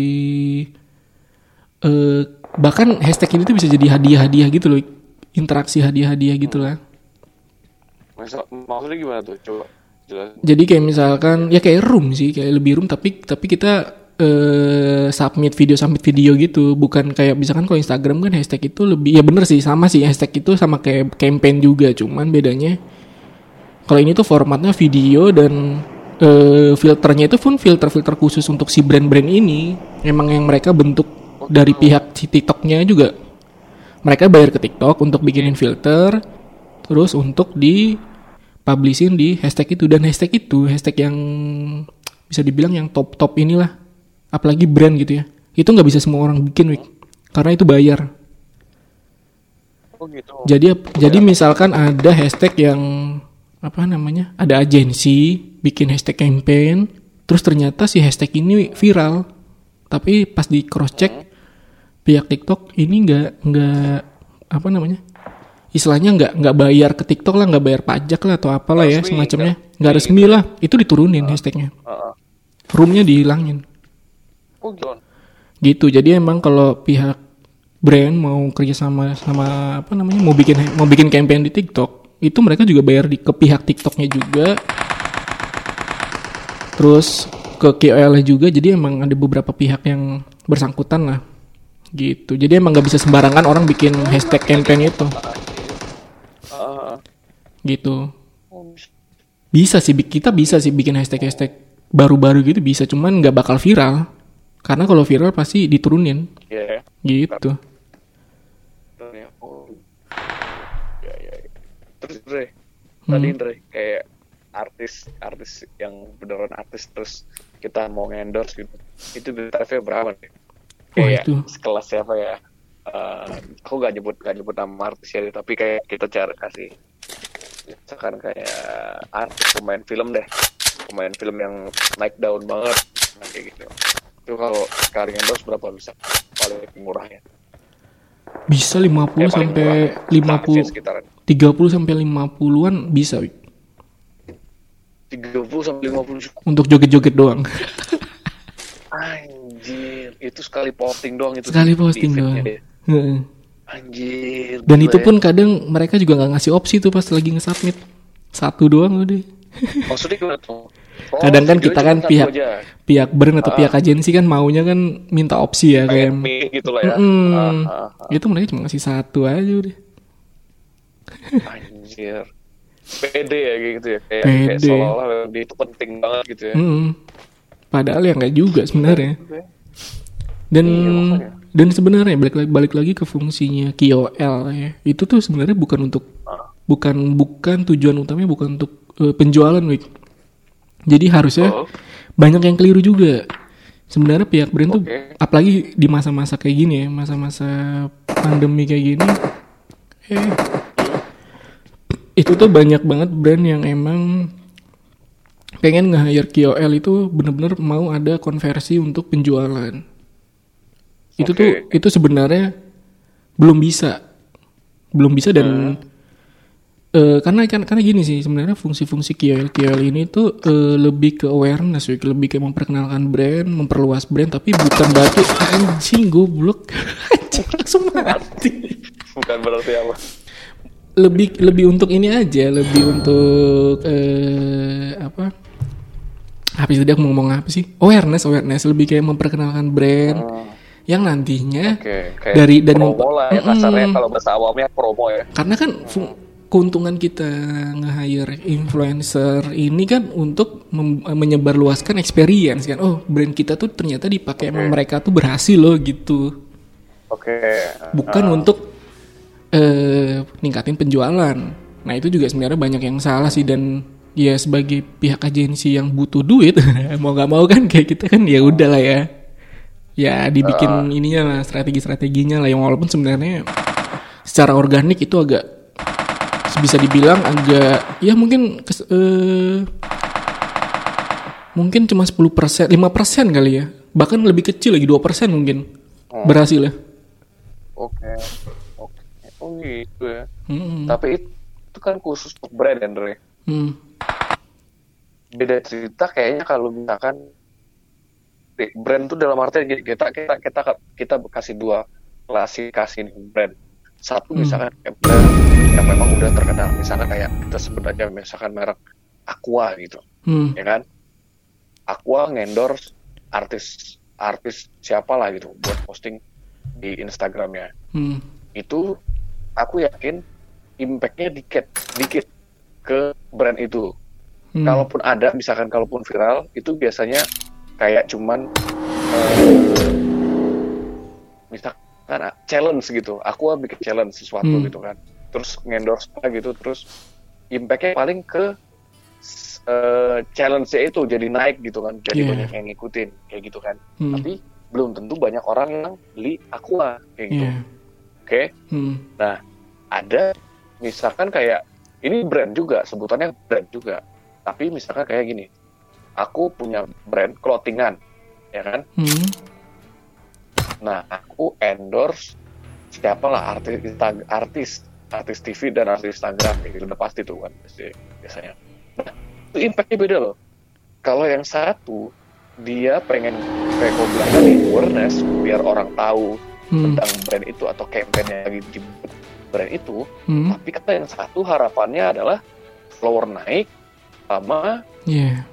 uh, bahkan hashtag ini tuh bisa jadi hadiah-hadiah gitu loh, interaksi hadiah-hadiah gitu lah. Maksudnya gimana tuh? Coba jelasin. Jadi kayak misalkan ya kayak room sih, kayak lebih room tapi tapi kita uh, submit video submit video gitu, bukan kayak misalkan kalau Instagram kan hashtag itu lebih, ya bener sih sama sih, hashtag itu sama kayak campaign juga, cuman bedanya kalau ini tuh formatnya video dan uh, filternya itu pun filter-filter khusus untuk si brand-brand ini, emang yang mereka bentuk dari pihak si TikToknya juga. Mereka bayar ke TikTok untuk bikinin filter, terus untuk di publishin di hashtag itu. Dan hashtag itu, hashtag yang bisa dibilang yang top-top inilah, apalagi brand gitu ya, itu nggak bisa semua orang bikin, Wik, karena itu bayar. Oh gitu. Jadi jadi misalkan ada hashtag yang apa namanya, ada agensi bikin hashtag campaign, terus ternyata si hashtag ini viral, tapi pas di cross check pihak TikTok ini nggak nggak apa namanya, istilahnya nggak nggak bayar ke TikTok lah, nggak bayar pajak lah atau apalah ya semacamnya, nggak resmi lah, itu diturunin uh, hashtagnya, uh, uh. roomnya dihilangin. Oh gitu. Gitu. Jadi emang kalau pihak brand mau kerja sama sama apa namanya, mau bikin mau bikin campaign di TikTok, itu mereka juga bayar di, ke pihak TikToknya juga, terus ke K O L-nya juga. Jadi emang ada beberapa pihak yang bersangkutan lah. Gitu. Jadi emang nggak bisa sembarangan orang bikin hashtag campaign itu. Gitu. Bisa sih, kita bisa sih bikin hashtag-hashtag baru-baru gitu bisa, cuman nggak bakal viral. Karena kalau viral pasti diturunin. Iya. Yeah. Gitu. Oh. Ya, ya, ya. Terus Dre, tadi hmm. Dre kayak artis-artis yang beneran artis terus kita mau endorse gitu, itu tarifnya berapa nih? Kayak oh, sekelas siapa ya? Uh, aku gak nyebut gak nyebut nama artis ya, tapi kayak kita cari kasih, misalkan kayak artis pemain film deh, pemain film yang naik daun banget, nah, kayak gitu. Itu kalau sekali endorse berapa bisa paling murahnya? Bisa lima puluh ya, sampai lima puluh, tiga puluh sampai lima puluhan bisa. tiga puluh sampai lima puluh untuk joget-joget doang. Anjir, itu sekali posting doang itu. Sekali posting doang. Anjir. Dan itu pun kadang mereka juga nggak ngasih opsi tuh pas lagi nge-submit. Satu doang udah. Maksudnya gimana tuh? Oh, kadang kan kita kan pihak aja. pihak brand atau ah. pihak agensi kan maunya kan minta opsi ya kayak gitu lah ya. Mm-hmm. Ah, ah, ah. Itu mereka cuma ngasih satu aja udah. Anjir. Pede ya gitu ya, kayak, kayak seolah-olah itu penting banget gitu ya. Mm-hmm. Padahal ya nggak juga sebenarnya. Dan iya, dan sebenarnya balik lagi balik lagi ke fungsinya K O L ya. Itu tuh sebenarnya bukan untuk ah. bukan bukan tujuan utamanya bukan untuk uh, penjualan, Wik. Jadi harusnya oh. banyak yang keliru juga. Sebenarnya pihak brand okay. tuh apalagi di masa-masa kayak gini ya, masa-masa pandemi kayak gini. Eh itu tuh banyak banget brand yang emang pengen nge-hire K O L itu benar-benar mau ada konversi untuk penjualan. Okay. Itu tuh itu sebenarnya belum bisa. Belum bisa dan hmm. uh, karena kan karena gini sih sebenarnya fungsi-fungsi K O L K O L ini tuh uh, lebih ke awareness, lebih ke memperkenalkan brand, memperluas brand, tapi bukan berarti anjing goblok. Anjing langsung mati. Bukan berarti apa? lebih lebih untuk ini aja, lebih untuk eh, apa? Apa sih tadi aku mau ngomong apa sih? Awareness, awareness lebih kayak memperkenalkan brand hmm. yang nantinya okay, dari dan promo lah ya, kasarnya kalau bahasa awamnya promo ya. Karena kan fung, keuntungan kita nge-hire influencer ini kan untuk mem- menyebarluaskan experience kan. Oh, brand kita tuh ternyata dipakai okay. sama mereka tuh berhasil loh gitu. Oke. Okay. Bukan uh. untuk Uh, ningkatin penjualan. Nah itu juga sebenarnya banyak yang salah sih, dan ya sebagai pihak agensi yang butuh duit mau nggak mau kan kayak kita kan ya udah lah ya ya dibikin uh. ininya lah, strategi-strateginya lah, yang walaupun sebenarnya secara organik itu agak bisa dibilang agak ya mungkin kes, uh, mungkin cuma sepuluh persen, lima persen kali ya. Bahkan lebih kecil lagi, dua persen mungkin hmm. berhasil ya. Oke. Oke. Oh gitu ya. Hmm. Tapi itu kan khusus untuk brand, Andre. Hmm. Beda cerita kayaknya kalau misalkan brand itu dalam artian kita kita kita kita kasih dua klasifikasi nih brand. Satu misalkan hmm. brand yang memang udah terkenal, misalkan kayak kita sebut aja misalkan merek Aqua gitu, hmm. ya kan? Aqua ngendorse artis artis siapa lah gitu buat posting di Instagramnya. Hmm. Itu aku yakin impact-nya dikit dikit ke brand itu. Hmm. Kalaupun ada, misalkan kalaupun viral, itu biasanya kayak cuman uh, misalkan challenge gitu. Aqua bikin challenge sesuatu hmm. gitu kan. Terus ngendorse apa gitu, terus impact-nya paling ke uh, challenge-nya itu jadi naik gitu kan. Jadi yeah. banyak yang ngikutin kayak gitu kan. Hmm. Tapi belum tentu banyak orang yang beli Aqua kayak gitu. Yeah. Oke. Okay? Hmm. Nah, ada misalkan kayak ini brand juga, sebutannya brand juga. Tapi misalkan kayak gini, aku punya brand clothingan, ya kan? Hmm. Nah, aku endorse siapalah artis artis artis T V dan artis Instagram, kayak gitu udah pasti tuh kan biasanya. Nah, itu impactnya beda loh. Kalau yang satu dia pengen kayak kau bilang tadi awareness biar orang tahu hmm. tentang brand itu atau campaign yang lagi di brand itu, hmm. tapi kata yang satu harapannya adalah follower naik sama yeah.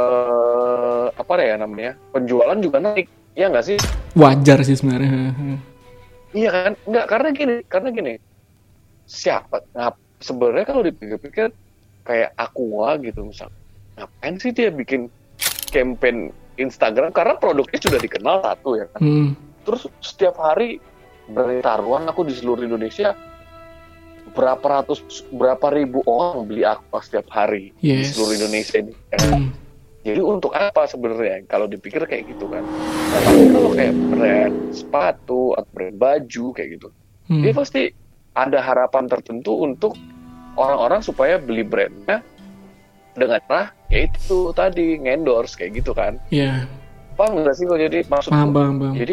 uh, apa ya namanya penjualan juga naik, ya nggak sih? Wajar sih sebenarnya. Iya kan, nggak karena gini, karena gini siapa ngap sebenarnya kalau dipikir-pikir kayak Aqua gitu misal, ngapain sih dia bikin campaign Instagram karena produknya sudah dikenal satu ya kan. Hmm. Terus setiap hari dari taruhan aku di seluruh Indonesia berapa ratus, berapa ribu orang beli Aqua setiap hari yes. di seluruh Indonesia ini. Ya kan? Hmm. Jadi untuk apa sebenarnya kalau dipikir kayak gitu kan? Nah, tapi kalau kayak brand sepatu atau brand baju kayak gitu, hmm. dia pasti ada harapan tertentu untuk orang-orang supaya beli brandnya dengan cara yaitu tadi ngendorse kayak gitu kan? Iya. Yeah. Paham nggak sih kok jadi maksudku? Paham, paham, paham. Jadi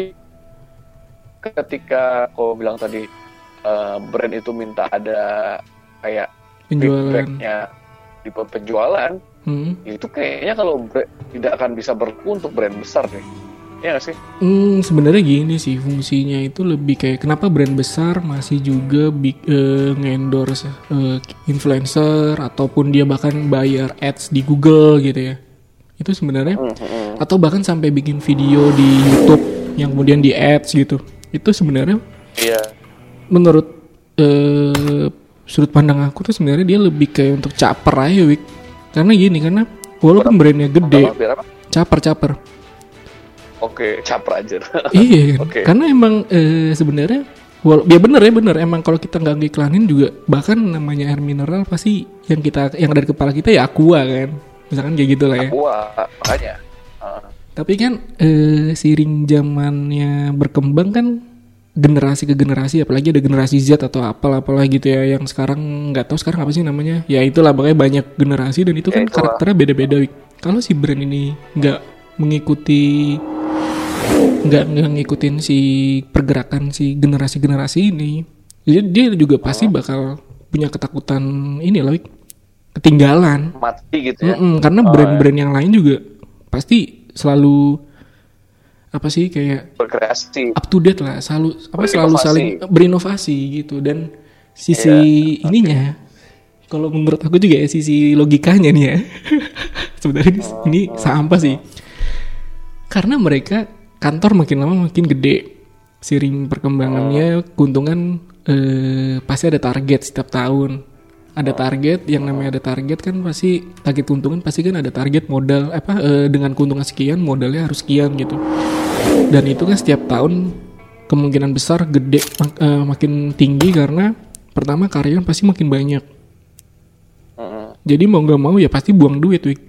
ketika kau bilang tadi Uh, brand itu minta ada kayak feedbacknya di penjualan, hmm. itu kayaknya kalau brand, tidak akan bisa berlaku untuk brand besar deh, ya nggak sih? Hmm, sebenarnya gini sih fungsinya itu lebih kayak kenapa brand besar masih juga big, uh, nge-endorse uh, influencer ataupun dia bahkan bayar ads di Google gitu ya? Itu sebenarnya mm-hmm. atau bahkan sampai bikin video di YouTube yang kemudian di ads gitu, itu sebenarnya. Iya. Yeah. Menurut uh, sudut pandang aku tuh sebenarnya dia lebih kayak untuk caper aja, Wik. Karena gini, karena walaupun brandnya gede, caper caper. Oke, caper aja. Iya, okay. Karena emang uh, sebenarnya, wal- ya bener ya bener. Emang kalau kita nggak ngiklanin juga, bahkan namanya air mineral pasti yang kita, yang dari kepala kita ya Aqua kan, misalkan kayak gitu lah ya. Aqua, makanya. Uh. Tapi kan uh, seiring zamannya berkembang kan. Generasi ke generasi, apalagi ada generasi Z atau apalah apalah gitu ya, yang sekarang nggak tahu sekarang apa sih namanya, ya itulah pokoknya banyak generasi dan itu ya, kan itulah. Karakternya beda-beda. Kalau si brand ini nggak mengikuti nggak nggak ngikutin si pergerakan si generasi-generasi ini, dia dia juga pasti bakal punya ketakutan ini loh, ketinggalan mati gitu ya. Mm-mm, karena oh, brand-brand ya. yang lain juga pasti selalu apa sih kayak berkreasi, up to date lah, selalu apa selalu saling berinovasi gitu. Dan sisi yeah, ininya okay. kalau menurut aku juga ya sisi logikanya nih ya sebenarnya ini, oh, ini oh, sampah oh. sih, karena mereka kantor makin lama makin gede, seiring perkembangannya oh. keuntungan eh, pasti ada target setiap tahun. Ada target, yang namanya ada target kan pasti target keuntungan pasti kan ada target modal apa e, dengan keuntungan sekian modalnya harus sekian gitu. Dan itu kan setiap tahun kemungkinan besar gede mak, e, makin tinggi karena pertama karyawan pasti makin banyak. Jadi mau nggak mau ya pasti buang duit, Wik.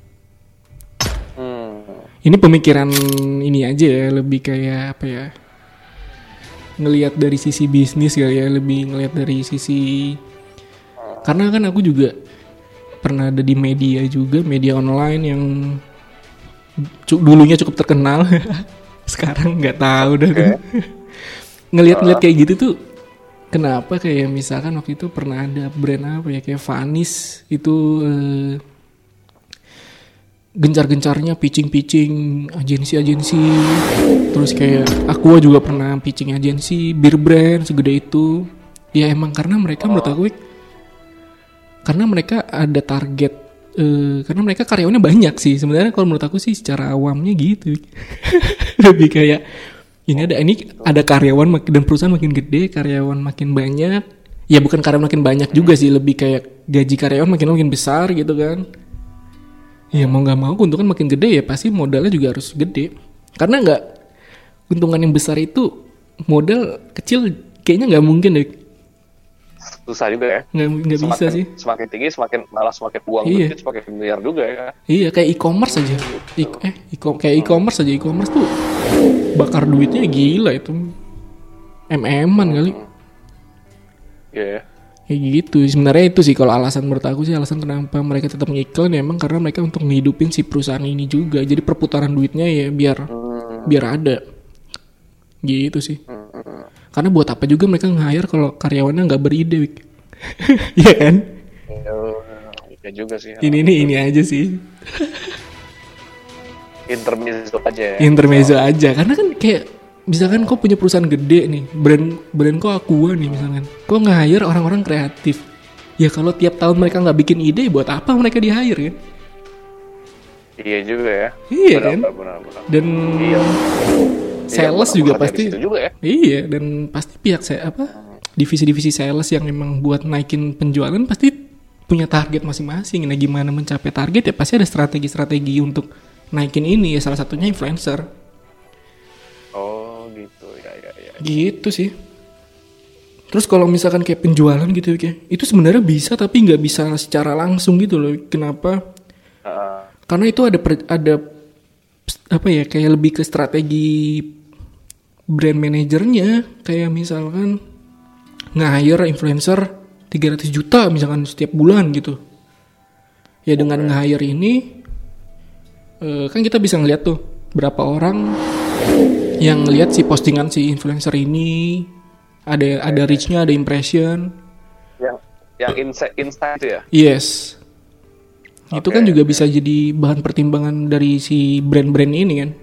Ini pemikiran ini aja ya, lebih kayak apa ya? Ngelihat dari sisi bisnis kali ya, lebih ngelihat dari sisi Karena kan aku juga pernah ada di media juga, media online yang cu- dulunya cukup terkenal. Sekarang nggak tahu dah. Okay. Ngelihat-ngelihat kayak gitu tuh, kenapa kayak misalkan waktu itu pernah ada brand apa ya, kayak Vanis itu eh, gencar-gencarnya pitching-pitching agensi-agensi, terus kayak Aqua juga pernah pitching agensi bir brand segede itu. Ya emang karena mereka menurut aku, karena mereka ada target, eh, karena mereka karyawannya banyak sih sebenarnya. Kalau menurut aku sih secara awamnya gitu. Lebih kayak ini ada ini ada karyawan makin, dan perusahaan makin gede, karyawan makin banyak. Ya bukan karyawan makin banyak juga sih, lebih kayak gaji karyawan makin makin besar gitu kan. Ya mau nggak mau keuntungan makin gede ya pasti modalnya juga harus gede. Karena nggak, keuntungan yang besar itu modal kecil kayaknya nggak mungkin deh. Susah juga ya. Nggak nggak bisa sih. Semakin tinggi semakin malah semakin uang iya. gede semakin miliar juga ya. Iya kayak e-commerce aja. I, eh e- kayak e-commerce aja, e-commerce tuh bakar duitnya gila itu. M-an kali. Iya. Yeah. Kayak gitu. Sebenarnya itu sih kalau alasan menurut aku sih, alasan kenapa mereka tetap ngiklan ya emang karena mereka untuk ngehidupin si perusahaan ini juga. Jadi perputaran duitnya ya biar hmm. biar ada. Gitu sih. Hmm. Karena buat apa juga mereka nge-hire kalau karyawannya nggak beride, Wik. Iya kan? Iya juga sih. Ini ini ini aja sih. Intermezzo aja ya. Intermezzo oh. aja. Karena kan kayak misalkan kau punya perusahaan gede nih, brand brand kau Aqua nih misalkan, kau nge-hire orang-orang kreatif. Ya kalau tiap tahun mereka nggak bikin ide, buat apa mereka di-hire kan? Iya juga ya. Iya benar, kan? Benar, benar. Dan iya. sales iya, juga pasti. Juga ya? Iya, dan pasti pihak saya apa? Divisi-divisi sales yang memang buat naikin penjualan pasti punya target masing-masing. Nah, gimana mencapai target ya pasti ada strategi-strategi untuk naikin ini ya, salah satunya influencer. Oh gitu ya ya ya. Gitu sih. Terus kalau misalkan kayak penjualan gitu kayak itu sebenarnya bisa tapi nggak bisa secara langsung gitu loh. Kenapa? Uh. Karena itu ada per, ada apa ya kayak lebih ke strategi brand manajernya, kayak misalkan nge-hire influencer tiga ratus juta misalkan setiap bulan gitu. Ya dengan okay. nge-hire ini kan kita bisa ngeliat tuh berapa orang yang lihat si postingan si influencer ini, ada ada reach-nya, ada impression. Yang yang insight insight itu ya? Yes. Okay. Itu kan juga bisa jadi bahan pertimbangan dari si brand-brand ini kan.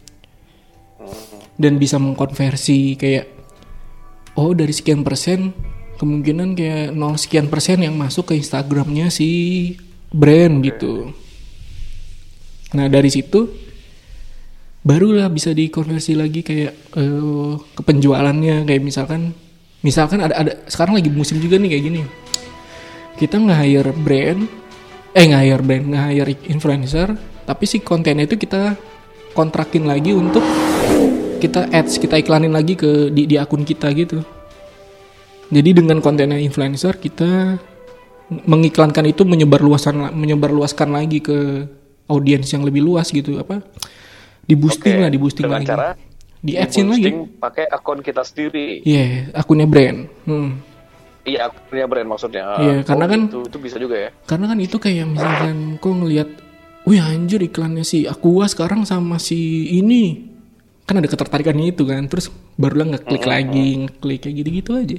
Dan bisa mengkonversi kayak oh dari sekian persen kemungkinan kayak nol sekian persen yang masuk ke Instagramnya si brand okay. gitu. Nah dari situ barulah bisa dikonversi lagi kayak uh, ke penjualannya, kayak misalkan misalkan ada ada sekarang lagi musim juga nih kayak gini, kita nge-hire brand eh nge-hire brand nge-hire influencer tapi si kontennya itu kita kontrakin lagi untuk kita ads, kita iklanin lagi ke di, di akun kita gitu. Jadi dengan kontennya influencer kita mengiklankan itu menyebarluaskan menyebarluaskan lagi ke audiens yang lebih luas gitu, apa di boosting okay. lah, di boosting dengan lagi. Cara di adsin lagi. Pakai akun kita sendiri. Iya, yeah, akunnya brand. Hmm. Iya, akunnya brand maksudnya. Iya, yeah, karena oh, kan itu, itu bisa juga ya. Karena kan itu kayak misalkan kok ngelihat, wih anjir iklannya si Aqua sekarang sama si ini. Kan ada ketertarikannya itu kan. Terus barulah ngeklik mm-hmm. lagi, ngeklik kayak gitu-gitu aja.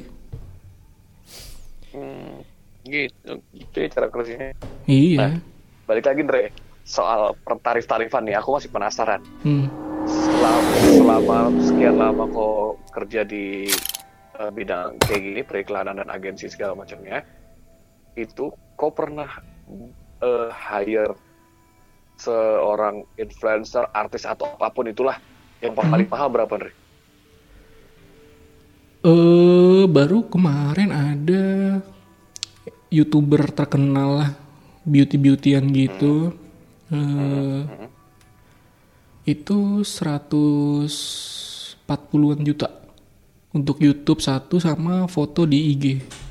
Hmm, gitu. Itu ya cara kerjanya. Iya. Nah, balik lagi Dre. Soal tarif-tarifan nih, aku masih penasaran. Hmm. Selama, selama sekian lama kok kerja di uh, bidang kayak gini, periklanan dan agensi segala macamnya, itu kok pernah uh, hire seorang influencer, artis atau apapun itulah yang paling hmm. mahal berapa, Andre? Eh, uh, baru kemarin ada YouTuber terkenal lah, beauty-beautyan gitu. Hmm. Uh, hmm. Itu seratus empat puluhan juta untuk YouTube satu sama foto di I G.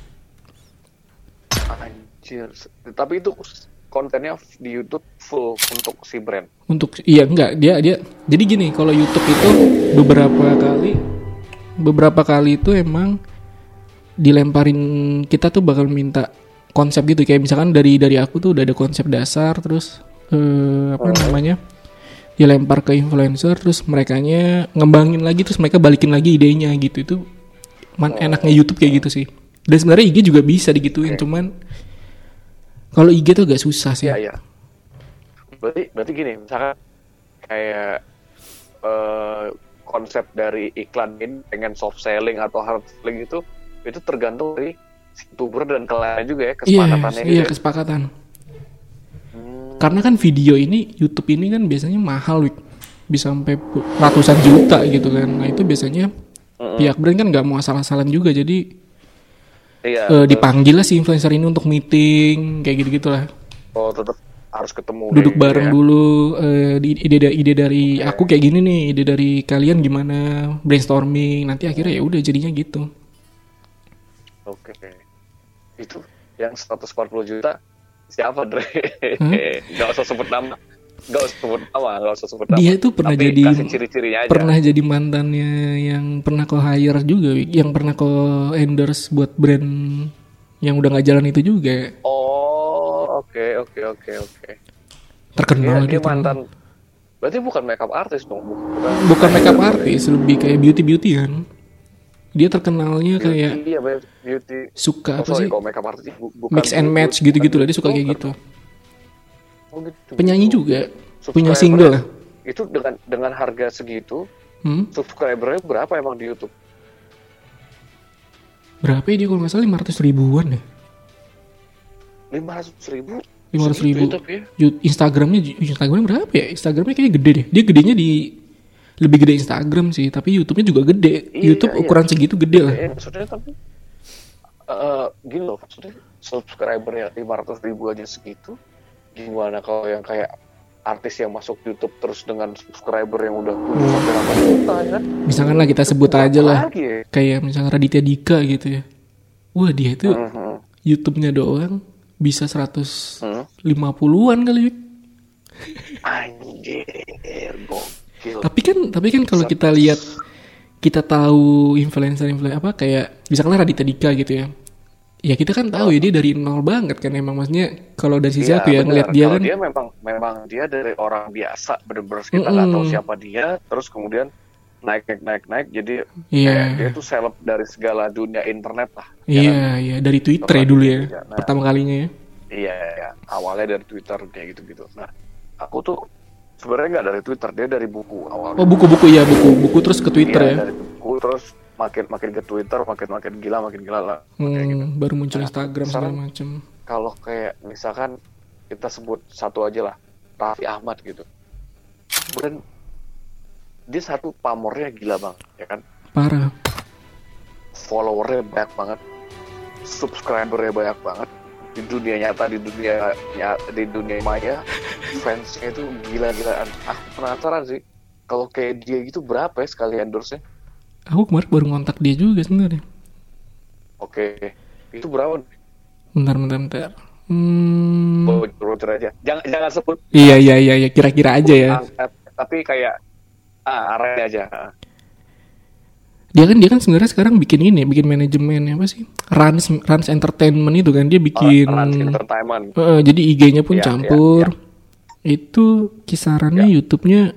Anjir, tapi itu kontennya di YouTube full untuk si brand. Untuk iya enggak, dia dia jadi gini, kalau YouTube itu beberapa kali beberapa kali itu emang dilemparin, kita tuh bakal minta konsep gitu, kayak misalkan dari dari aku tuh udah ada konsep dasar, terus eh, apa Oh. namanya, dilempar ke influencer, terus merekanya ngembangin lagi, terus mereka balikin lagi idenya gitu. Itu man, enaknya YouTube kayak gitu sih. Dan sebenarnya I G juga bisa digituin, Oke. cuman kalau I G tuh agak susah sih. Iya, iya. Berarti berarti gini, misalkan kayak eh, konsep dari iklan ini pengen soft selling atau hard selling itu itu tergantung dari si youtuber dan kliennya juga ya, Iya, kesepakatannya gitu iya ya. kesepakatan. Hmm, Karena kan video ini, YouTube ini kan biasanya mahal, Wik. Bisa sampai pu- ratusan juta gitu kan. Nah itu biasanya mm-mm. pihak brand kan nggak mau asal-asalan juga, jadi Iya, eh, betul. dipanggil lah si influencer ini untuk meeting kayak gitu gitulah. Oh, tetap harus ketemu Duduk kayak gitu bareng ya. dulu, eh, di- ide ide dari Oke. aku kayak gini nih, ide dari kalian gimana, brainstorming, nanti akhirnya ya udah jadinya gitu. Oke. Itu yang seratus empat puluh juta siapa, Dre? Hah? Gak usah sebut nama. Gak usah sebut nama, gak usah sebut nama. Dia tuh pernah Tapi jadi kasih ciri-cirinya aja. pernah jadi mantannya yang pernah kau hire juga, Wik. Yang pernah kau endorse buat brand yang udah nggak jalan itu juga. Oh, oke, oke, oke, oke. Dia, Terkenal dia gitu. mantan. Berarti bukan makeup artist dong, bukan. Bukan makeup artist, lebih kayak beauty beautyan. Dia terkenalnya kayak Beauty, apa ya? Beauty. suka Oh, apa sorry, sih, kalau makeup artist bu- bukan mix and beauty, match bukan gitu-gitu lah. Dia beauty suka kayak blogger gitu. dong. Oh, gitu. Penyanyi juga, punya Subscriber-nya single lah. Itu dengan dengan harga segitu, Hmm? subscribernya berapa emang di YouTube? Berapa ya dia kalau nggak salah lima ratus ribuan ya. lima ratus ribu? lima ratus Segitu ribu. ya, tapi ya. Yu- Instagramnya Instagramnya berapa ya? Instagramnya kayaknya gede deh. Dia gedenya di lebih gede Instagram sih, tapi YouTube-nya juga gede. Iya, YouTube iya. ukuran segitu gede lah. Eh, maksudnya tapi eh, gini loh, maksudnya subscribernya lima ratus ribu aja segitu, gimana kalau yang kayak artis yang masuk YouTube terus dengan subscriber yang udah tujuh sampai delapan juta ya kan? Misalkan lah kita sebut Berapa aja lah, lagi ya? kayak misalnya Raditya Dika gitu ya. Wah dia itu Mhm. YouTube-nya doang bisa seratus Hmm. lima puluhan kali. Anjir, gokil. Tapi kan tapi kan kalau kita lihat, kita tahu influencer-influencer apa kayak misalkan Raditya Dika gitu ya. Ya kita kan tahu ya dia dari nol banget kan, emang maksudnya kalau dari sisi Iya, aku ya bener. ngeliat dia Kalau kan dia memang memang dia dari orang biasa, bener-bener kita nggak tahu Mm-mm. siapa dia, terus kemudian naik naik naik naik, jadi Iya. kayak dia tuh seleb dari segala dunia internet lah. ya kan? Iya, iya dari Twitter ya dulu ya. Iya, nah. Pertama kalinya ya. Iya, ya. Awalnya dari Twitter kayak gitu-gitu. Nah, aku tuh sebenarnya nggak dari Twitter, dia dari buku awalnya. Oh, buku-buku ya, buku-buku terus ke Twitter Iya, ya. dari buku terus makin makin ke Twitter, makin makin gila, makin gila lah. Hmm, Kayak gitu. baru muncul Nah, Instagram segala sekarang- macem. Kalau kayak misalkan kita sebut satu aja lah, Raffi Ahmad gitu. Kemudian dia satu pamornya gila banget, ya kan? Parah. Followernya banyak banget, subscribernya banyak banget. Di dunia nyata, di dunia ny- di dunia maya, fansnya itu gila-gilaan. Aku penasaran sih, kalau kayak dia gitu berapa ya sekali endorse-nya? Aku kemarin baru ngontak dia juga sebenarnya. Oke, itu berapa? Bentar, bentar, bentar. Hmm. Bocor aja. Jangan jangan sebut Iya, iya, iya, iya. Kira-kira aja ya. angka, tapi kayak ah arahnya aja. Dia kan dia kan sebenarnya sekarang bikin ini, bikin manajemen apa sih? Rans Rans Entertainment itu kan dia bikin. Rans Entertainment. Eh, jadi I G-nya pun Iya, campur. Itu kisarannya Ya. YouTube-nya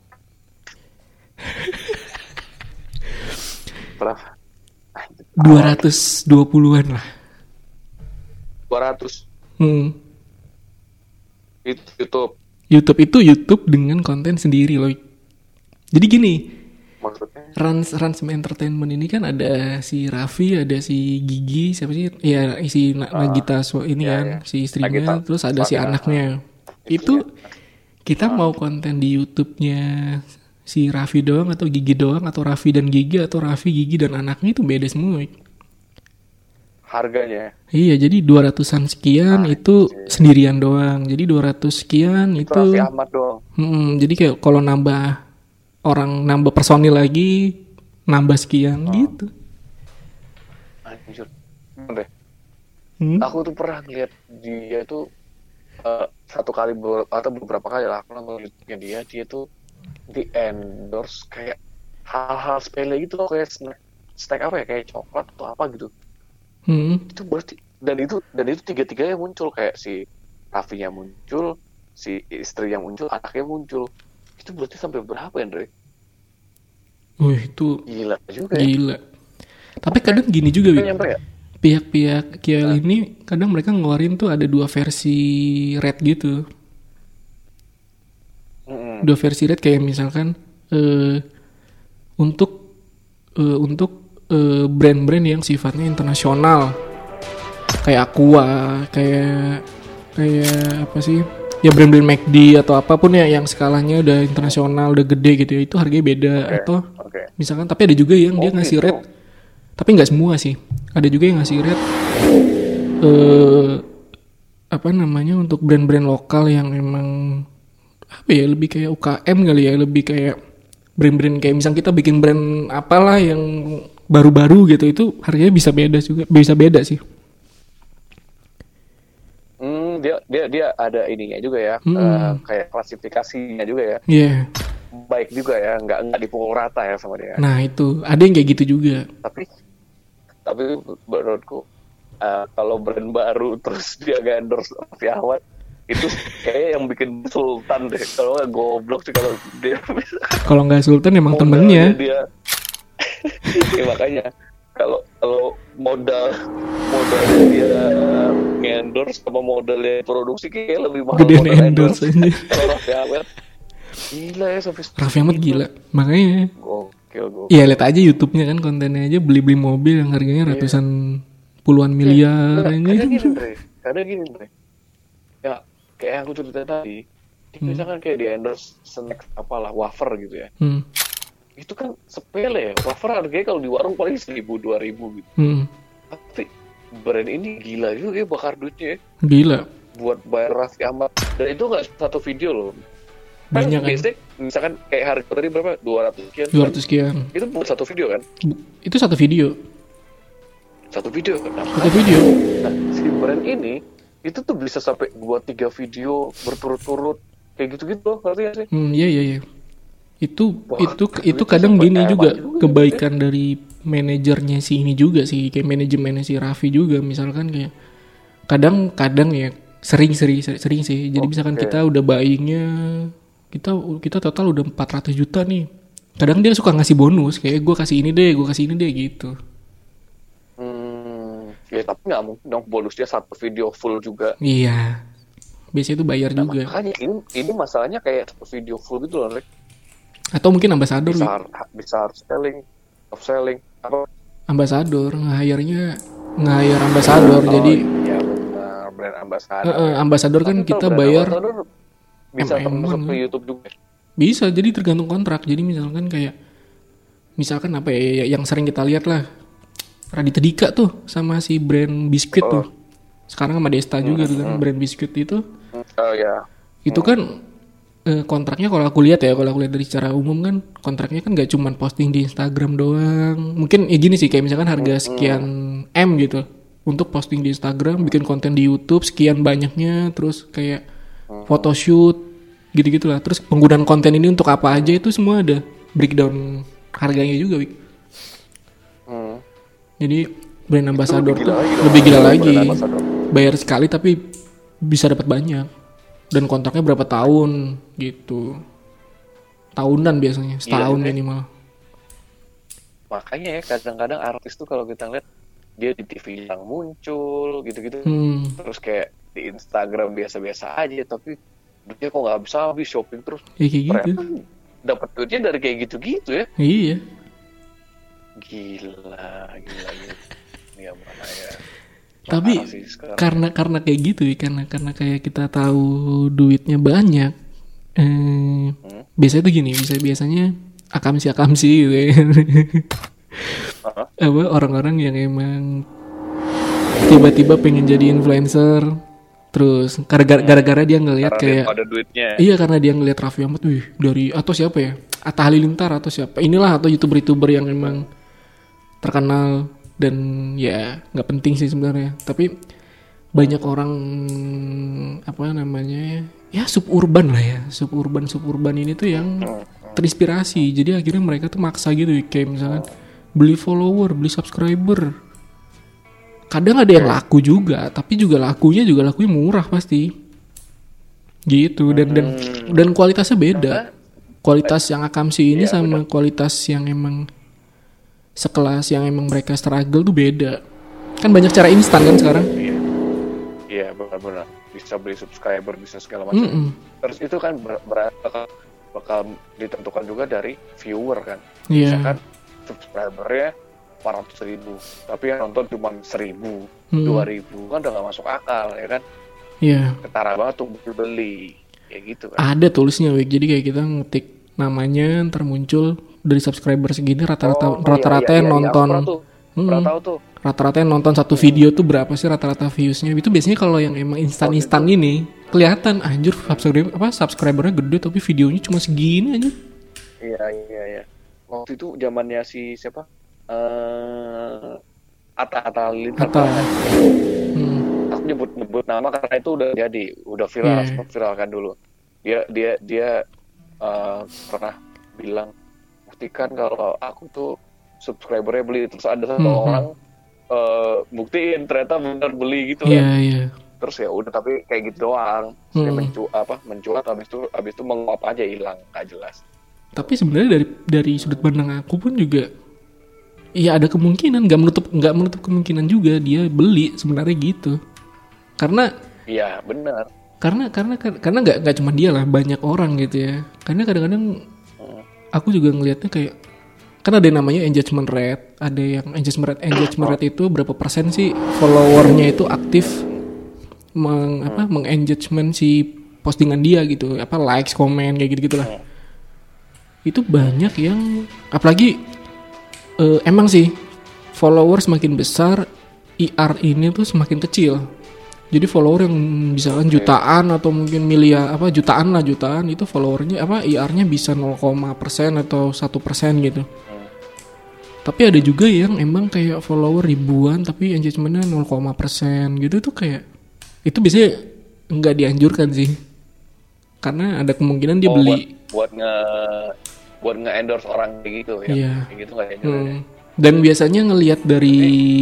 Berapa? dua ratus dua puluhan lah. dua ratus. Hmm. Itu YouTube YouTube itu YouTube dengan konten sendiri loh. Jadi gini, maksudnya. Rans Rans Entertainment ini kan ada si Raffi, ada si Gigi, siapa sih? Ya si Na- Nagita so, ini ya, kan, ya. si istrinya, Nagita terus ada si Slavina. anaknya. Itu kita mau konten di YouTube-nya si Raffi doang atau Gigi doang, atau Raffi dan Gigi, atau Raffi, Gigi dan anaknya itu beda semua. Harganya Iya, jadi dua ratusan sekian itu sendirian doang. Jadi dua ratus sekian itu itu Raffi Ahmad doang. Hmm, jadi kayak kalau nambah orang, nambah personil lagi, nambah sekian gitu. Anjir. Bener deh. Hmm? Aku tuh pernah ngeliat dia tuh eh, satu kali be- atau beberapa kali lah aku nonton YouTube-nya dia, dia tuh di endorse kayak hal-hal sepele gitu loh, kayak snack, snack apa ya, kayak coklat atau apa gitu. Hmm. Itu berarti dan itu dan itu tiga-tiganya muncul, kayak si Raffinya muncul, si istri yang muncul, anaknya muncul. Itu berarti sampai berapa ya, Andre? Wih, itu Gila juga ya. gila. Tapi kadang gini juga, Wik. Nyampe ya? Pihak-pihak K L nah. ini kadang mereka ngeluarin tuh ada dua versi red gitu. Mm-hmm. Dua versi red kayak misalkan uh, untuk uh, untuk uh, brand-brand yang sifatnya internasional. Kayak Aqua, kayak kayak apa sih? Ya brand-brand McD atau apapun ya yang skalanya udah internasional, udah gede gitu ya, itu harganya beda. Okay. Atau okay. misalkan, tapi ada juga yang oh, dia ngasih gitu. Red, tapi nggak semua sih. Ada juga yang ngasih red uh, apa namanya untuk brand-brand lokal yang emang apa ya, lebih kayak U K M kali ya, lebih kayak brand-brand kayak misal kita bikin brand apalah yang baru-baru gitu, itu harganya bisa beda juga, bisa beda sih. Hmm, dia dia dia ada ininya juga ya, hmm. uh, kayak klasifikasinya juga ya. Iya. Yeah. Baik juga ya, nggak nggak dipukul rata ya sama dia. Nah itu ada yang kayak gitu juga. Tapi tapi menurutku uh, kalau brand baru terus dia nggak endorse Raffi Ahmad, itu kayak yang bikin Sultan deh. Kalau nggak goblok sih kalau dia. Kalau nggak Sultan emang temennya. Dia. Ya, makanya kalau kalau modal modalnya dia nge-endorse sama modalnya produksi kayak lebih mahal. Gedean endorse aja. Kalau Raffi Ahmad gila ya, sampai Raffi Ahmad gila, makanya. Gokil, gokil. Iya, lihat aja YouTube-nya kan, kontennya aja beli-beli mobil yang harganya ratusan yeah. puluhan miliar yeah. aja. Kadang gini, Bre. Kadang gini, Bre. Ya, kayak yang aku cerita tadi, hmm. misalkan kayak di endorse snack apalah, wafer gitu ya. Hmm. Itu kan sepele ya. Wafer harganya kalau di warung paling seribu, dua ribu gitu. Hmm. Tapi brand ini gila juga ya bakar duitnya ya. Gila. Buat bayar Raffi Ahmad. Dan itu nggak satu video loh. Banyak kan? Biasanya, misalkan kayak harga tadi berapa? dua ratus sekian. dua ratus sekian. Itu buat satu video kan? Itu satu video. Satu video kan? Nah, satu video. Nah, si brand ini itu tuh bisa sampai buat tiga video berturut-turut kayak gitu-gitu loh, ngerti gak sih? Hmm, iya iya iya. Itu Wah, itu itu kadang gini juga, juga kebaikan ya. Dari manajernya si ini juga sih, kayak manajemennya si Raffi juga misalkan kayak kadang-kadang ya sering-sering sering sih. Jadi okay. misalkan kita udah buyingnya kita kita total udah empat ratus juta nih. Kadang dia suka ngasih bonus kayak gue kasih ini deh, gue kasih ini deh gitu. Hmm, ya tapi nggak mungkin dong bonusnya satu video full juga. Iya. Biasanya itu bayar nah, juga. Makanya ini ini masalahnya kayak satu video full gitu loh, Rick. Atau mungkin ambasador bisa hard, bisa hard selling, soft selling apa? Ambasador, nge-hire-nya nge-hire ambasador oh, jadi iya benar, brand ambasador. Uh, uh, ambasador kan kita bayar bisa masuk ke YouTube juga. Bisa, jadi tergantung kontrak. Jadi misalkan kayak misalkan apa ya yang sering kita lihat lah, Raditya Dika tuh sama si brand biskuit oh. tuh. Sekarang sama Desta hmm, juga tuh kan hmm. brand biskuit itu. Oh ya. Itu hmm. kan eh, kontraknya kalau aku lihat ya, kalau aku lihat dari secara umum kan kontraknya kan gak cuma posting di Instagram doang. Mungkin ya gini sih, kayak misalkan harga sekian hmm. M gitu untuk posting di Instagram, bikin konten di YouTube sekian banyaknya, terus kayak photoshoot gitu-gitu lah. Terus penggunaan konten ini untuk apa aja itu semua ada breakdown harganya juga, Wik. Hmm. Jadi brand ambassador tuh lebih gila lagi. Bayar sekali tapi bisa dapat banyak. Dan kontraknya berapa tahun gitu. Tahunan biasanya, setahun iya, minimal. Makanya ya kadang-kadang artis tuh kalau kita lihat dia di T V yang muncul gitu-gitu. Hmm. Terus kayak di Instagram biasa-biasa aja, tapi duitnya kok nggak bisa habis, shopping terus. Ya, kayak gitu. Dapat duitnya dari kayak gitu-gitu ya. Iya. Gila, gila, gila. Ya mana ya. Tapi karena karena kayak gitu, karena karena kayak kita tahu duitnya banyak. Eh, hmm? Biasanya tuh gini, bisa biasanya akamsi akamsi gitu ya. Uh-huh. Apa orang-orang yang emang tiba-tiba pengen jadi influencer. Terus gara-gara dia ngelihat kayak ada duitnya. Iya, karena dia ngelihat Raffi Ahmad, wih dari atau siapa ya? Atta Halilintar atau siapa? Inilah atau youtuber-youtuber yang emang terkenal dan ya nggak penting sih sebenarnya. Tapi banyak orang apa namanya ya suburban lah ya, suburban suburban ini tuh yang terinspirasi. Jadi akhirnya mereka tuh maksa gitu, kayak misalkan beli follower, beli subscriber. kadang ada yang laku juga, tapi juga lakunya juga lakunya murah pasti. Gitu dan dan Hmm. dan kualitasnya beda. Karena- Kualitas yang Akamsi ini Iya, sama kualitas yang emang sekelas yang emang mereka struggle tuh beda. Kan banyak cara instan kan sekarang. Iya, iya benar-benar bisa beli subscriber, bisa segala macam. Mm-mm. Terus itu kan ber- ber- bakal, bakal ditentukan juga dari viewer kan. Iya. Misalkan subscribernya empat ratus ribu, tapi yang nonton cuma seribu, Mm-mm. dua ribu, kan udah gak masuk akal ya kan. Iya. Ketara banget tuh beli, kayak gitu kan. Ada tulisnya Wik. Jadi kayak kita ngetik namanya ntar muncul dari subscriber segini rata-rata Oh, rata-rata iya, iya, yang iya, nonton. Aku pernah tuh, Mm-mm. pernah tahu tuh. Rata-rata yang nonton satu video tuh berapa sih rata-rata viewsnya? Itu biasanya kalau yang emang instan-instan ini kelihatan anjir subscriber apa subscribernya gede tapi videonya cuma segini aja. Iya, iya, iya. Waktu itu zamannya si siapa? Eh Atta Atta Halilintar. Atta. Hmm. Aku nyebut nyebut nama karena itu udah jadi, udah viral, Iya. sempat viral kan dulu. Dia dia dia eh, pernah bilang, buktikan kalau aku tuh subscribernya beli. Terus ada satu Hmm, orang eh, buktiin ternyata benar beli gitu Iya, kan. iya. Terus ya udah, tapi kayak gitu doang. Terus dia Hmm. mencu apa mencuat, habis itu habis itu menguap aja, hilang, nggak jelas. Tapi sebenarnya dari dari sudut pandang aku pun juga iya ada kemungkinan nggak menutup nggak menutup kemungkinan juga dia beli sebenarnya gitu. Karena Iya benar. karena karena karena nggak nggak cuma dia lah, banyak orang gitu ya. Karena kadang-kadang Hmm. aku juga ngelihatnya kayak kan ada yang namanya engagement rate, ada yang engagement rate engagement rate itu berapa persen sih followernya itu aktif meng apa mengengagement si postingan dia gitu, apa likes, komen kayak gitu gitulah. Itu banyak yang apalagi eh, emang sih follower semakin besar I R ini tuh semakin kecil. Jadi follower yang misalkan jutaan atau mungkin miliar apa jutaan lah jutaan itu followernya apa I R-nya bisa nol koma persen atau satu persen gitu. Tapi ada juga yang emang kayak follower ribuan tapi engagementnya nol koma persen gitu tuh kayak itu biasanya nggak dianjurkan sih. Karena ada kemungkinan dia Oh, beli. buat, buat nge buat nge-endorse orang kayak gitu ya. Iya. Kayak gitu nggak ya? Hmm. Dan biasanya ngelihat dari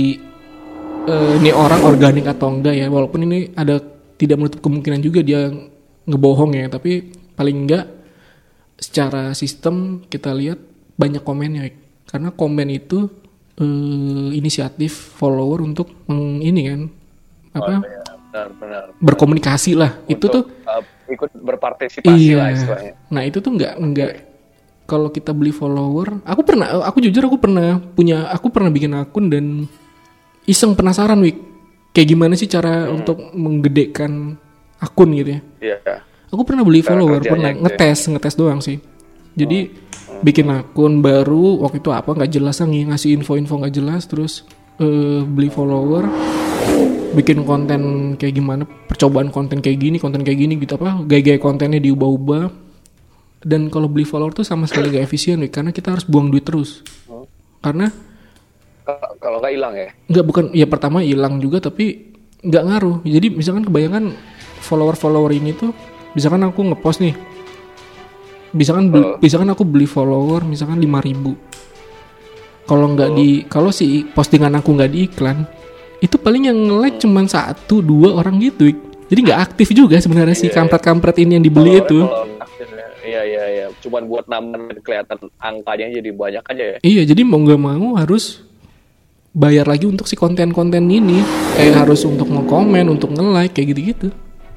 eh, ini orang organik atau enggak ya, walaupun ini ada tidak menutup kemungkinan juga dia ngebohong ya, tapi paling enggak secara sistem kita lihat banyak komennya, karena komen itu eh, inisiatif follower untuk meng, ini kan apa Oh, iya, benar, benar. berkomunikasi lah. Itu Untuk, tuh uh, ikut berpartisipasi lah iya. istilahnya. Nah itu tuh nggak nggak kalau kita beli follower, aku pernah, aku jujur aku pernah punya, aku pernah bikin akun dan iseng penasaran Wik, kayak gimana sih cara Hmm. untuk menggedekan akun gitu ya. Iya. Aku pernah beli Cara follower, kerjanya pernah gitu ya. ngetes, ngetes doang sih. Jadi bikin akun baru waktu itu apa nggak jelas, ng- ngasih info-info nggak jelas, terus eh, beli follower, bikin konten kayak gimana, percobaan konten kayak gini, konten kayak gini gitu apa, gaya-gaya kontennya diubah-ubah. Dan kalau beli follower tuh sama sekali gak efisien Wik, karena kita harus buang duit terus. Hmm. Karena K- Kalau nggak hilang ya. nggak bukan ya pertama hilang juga tapi nggak ngaruh. Jadi misalkan kebanyakan follower-follower ini tuh, misalkan aku ngepost nih, misalkan beli, Oh. misalkan aku beli follower misalkan lima ribu. Kalau nggak Oh. di kalau si postingan aku nggak di iklan, itu paling yang like cuman satu dua orang gitu. Wik. Jadi nggak aktif juga sebenarnya si Iya, iya. kampret-kampret ini yang dibeli Followernya itu. kalau aktif ya. Iya iya iya. Cuman buat nambah kelihatan angkanya jadi banyak aja ya. Iya, jadi mau nggak mau harus bayar lagi untuk si konten-konten ini. Kayak harus untuk nge-komen, untuk nge-like, kayak gitu-gitu.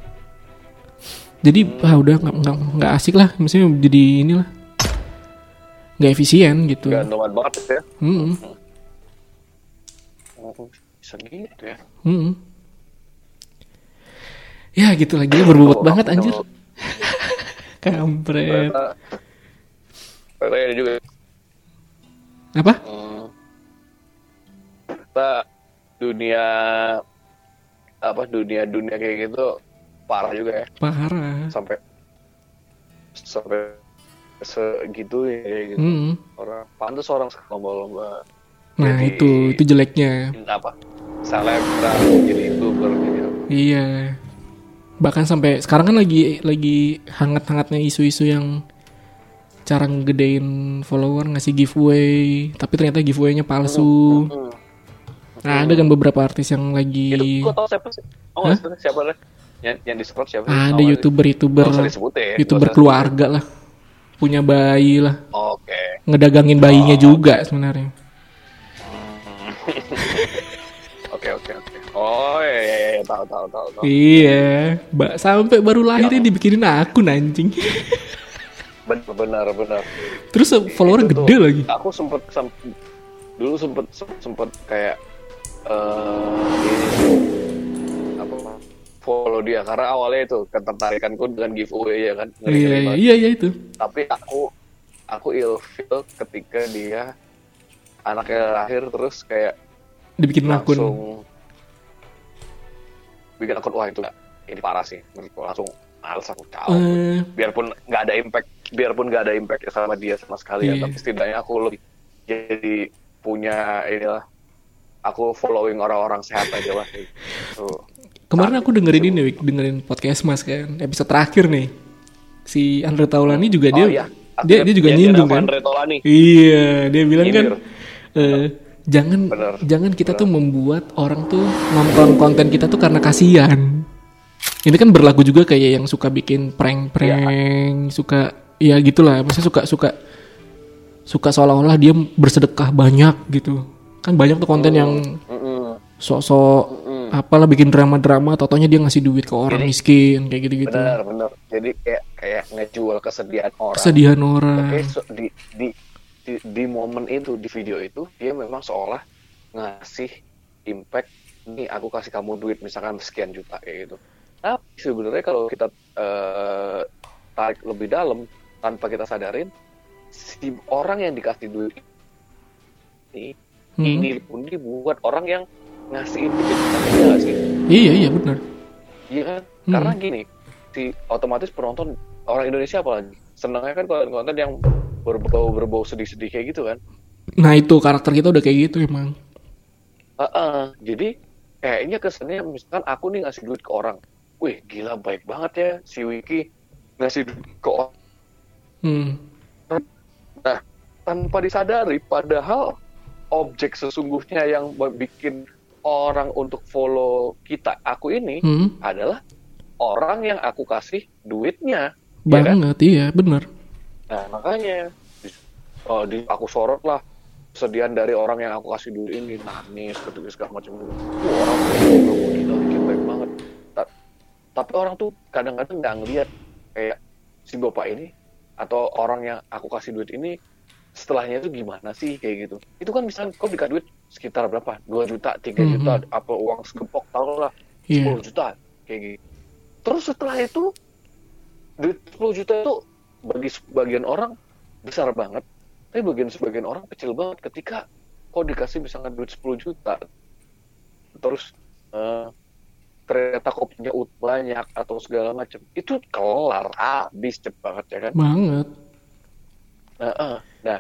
Jadi, ah udah nggak nggak nggak asik lah. Misalnya jadi inilah nggak efisien gitu. Gantungan banget ya. Hmm, Oh, bisa gitu ya. hmm. Ya gitu lagi berbobot Oh, banget oh, anjir. oh. Kampret. Ternyata ternyata ini juga. Apa? Hmm, ternyata dunia apa dunia dunia kayak gitu parah juga ya, Parah. sampai sampai segitu ya gitu. Hmm. Orang pantas orang lomba-lomba Nah Jadi- itu itu jeleknya. apa selebgram jadi youtuber gitu. Iya. Bahkan sampai sekarang kan lagi lagi hangat-hangatnya isu-isu yang cara ngegedein follower, ngasih giveaway, tapi ternyata giveaway-nya palsu. Hmm. Nah, ada kan beberapa artis yang lagi. Itu gue tau siapa sih? Oh nggak huh? Siapa lah? Yang yang disemprot siapa? Ada oh, youtuber youtuber. Ya, youtuber keluarga lah, punya bayi lah. Oke. Okay. Ngedagangin bayinya oh, juga okay. sebenarnya. Oke oke oke. Oh iya iya iya tahu tahu tahu. tahu. Iya, ba- sampai baru lahirnya ya. Dibikinin akun anjing. Benar benar benar. Terus follower gede tuh, lagi. Aku sempet, sempet dulu sempet sempet kayak uh, ini apa follow dia karena awalnya itu ketertarikanku dengan giveaway ya kan. Iya iya, iya iya itu. Tapi aku aku ilfeel ketika dia anaknya lahir terus kayak dibikin akun. Langsung bikin akun wah itu ini parah sih menurutku langsung males aku tahu. Uh, biarpun nggak ada impact, biarpun nggak ada impact sama dia sama sekali iya. ya, tapi setidaknya aku lebih jadi punya inilah aku following orang-orang sehat aja lah. Gitu. Kemarin aku dengerin ini, Wik, dengerin podcast Mas kan, episode terakhir nih. Si Andre Taulani juga oh, dia, iya. dia dia juga nyinggung kan. Iya, dia bilang Nyindir. kan, uh, jangan bener. jangan kita bener. tuh membuat orang tuh nonton konten kita tuh karena kasihan. Ini kan berlaku juga kayak yang suka bikin prank-prank, ya. suka ya gitulah, maksudnya suka suka suka seolah-olah dia bersedekah banyak gitu. Kan banyak tuh konten mm. yang sok-sok mm. apalah bikin drama-drama, totonya dia ngasih duit ke orang jadi, miskin kayak gitu-gitu. Benar, benar. Jadi kayak kayak ngejual kesedihan orang. Kesedihan orang. Oke, so, di di di di momen itu, di video itu dia memang seolah ngasih impact, nih aku kasih kamu duit misalkan sekian juta kayak gitu. Tapi sebenarnya kalau kita uh, tarik lebih dalam tanpa kita sadarin, si orang yang dikasih duit ini hmm. ini pun dibuat orang yang ngasih duit, iya sih? Iya iya benar. Iya kan? Hmm. Karena gini, si otomatis penonton orang Indonesia apalagi senangnya kan konten-konten yang berbau berbau sedih-sedih kayak gitu kan? Nah itu karakter kita udah kayak gitu emang. Uh-uh. Jadi kayaknya kesannya misalkan aku nih ngasih duit ke orang. Wih, gila baik banget ya si Wiki ngasih duit ke orang. Hmm. Nah, tanpa disadari, padahal objek sesungguhnya yang bikin orang untuk follow kita, aku ini, hmm. adalah orang yang aku kasih duitnya. Banget, ya kan? Iya, benar. Nah, makanya oh, di, aku sorot lah kesedihan dari orang yang aku kasih duit ini, nangis, ketika segala macam. Wah, orang tuh gila, bikin baik banget. Tapi orang tuh kadang-kadang nggak ngeliat kayak si bapak ini atau orang yang aku kasih duit ini setelahnya itu gimana sih kayak gitu. Itu kan misalnya kau dikasih duit sekitar berapa? dua juta, tiga mm-hmm. juta, apa uang segepok tau lah, yeah. sepuluh juta kayak gitu. Terus setelah itu duit sepuluh juta itu bagi sebagian orang besar banget, tapi bagian sebagian orang kecil banget ketika kau dikasih misalnya duit sepuluh juta terus uh, ternyata kopinya ut banyak atau segala macam, itu kelar habis cepet banget ya kan? Banget. Nah, uh, nah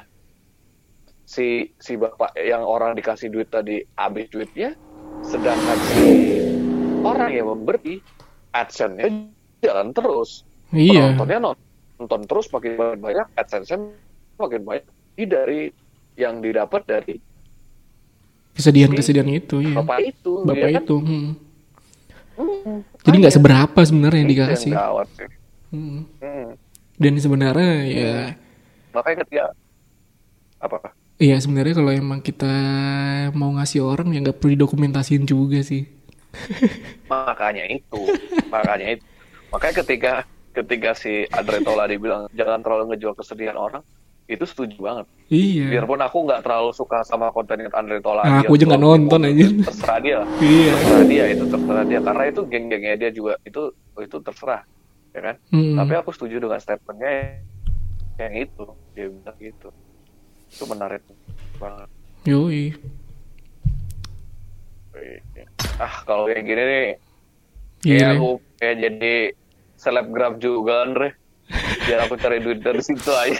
si si bapak yang orang dikasih duit tadi habis duitnya, sedangkan si orang yang memberi AdSense-nya jalan terus. Iya. Penontonnya nonton terus makin banyak, AdSense-nya makin banyak. Ini dari yang didapat dari kesedihan-kesedihan itu ya. Bapak itu. Bapak ya itu. Kan? Hmm. Hmm, jadi nggak seberapa sebenarnya yang dikasih. Hmm. Hmm. Dan sebenarnya hmm. ya. Makanya ketika apa? Iya sebenarnya kalau emang kita mau ngasih orang ya nggak perlu didokumentasiin juga sih. Makanya itu, makanya itu, makanya ketika ketika si Andre Taulani bilang jangan terlalu ngejual kesedihan orang, itu setuju banget. Iya. Biarpun aku nggak terlalu suka sama konten Andre Taulani. Nah, aku aja nggak nonton aja. Terserah dia. Iya. Terserah dia itu terserah dia karena itu geng-gengnya dia juga itu itu terserah, ya kan? Hmm. Tapi aku setuju dengan statementnya yang itu dia bilang gitu. Itu menarik banget. Yoi. Ah kalau kayak gini nih, kayak aku kayak jadi selebgram juga Andre. Biar aku cari duit dari situ aja.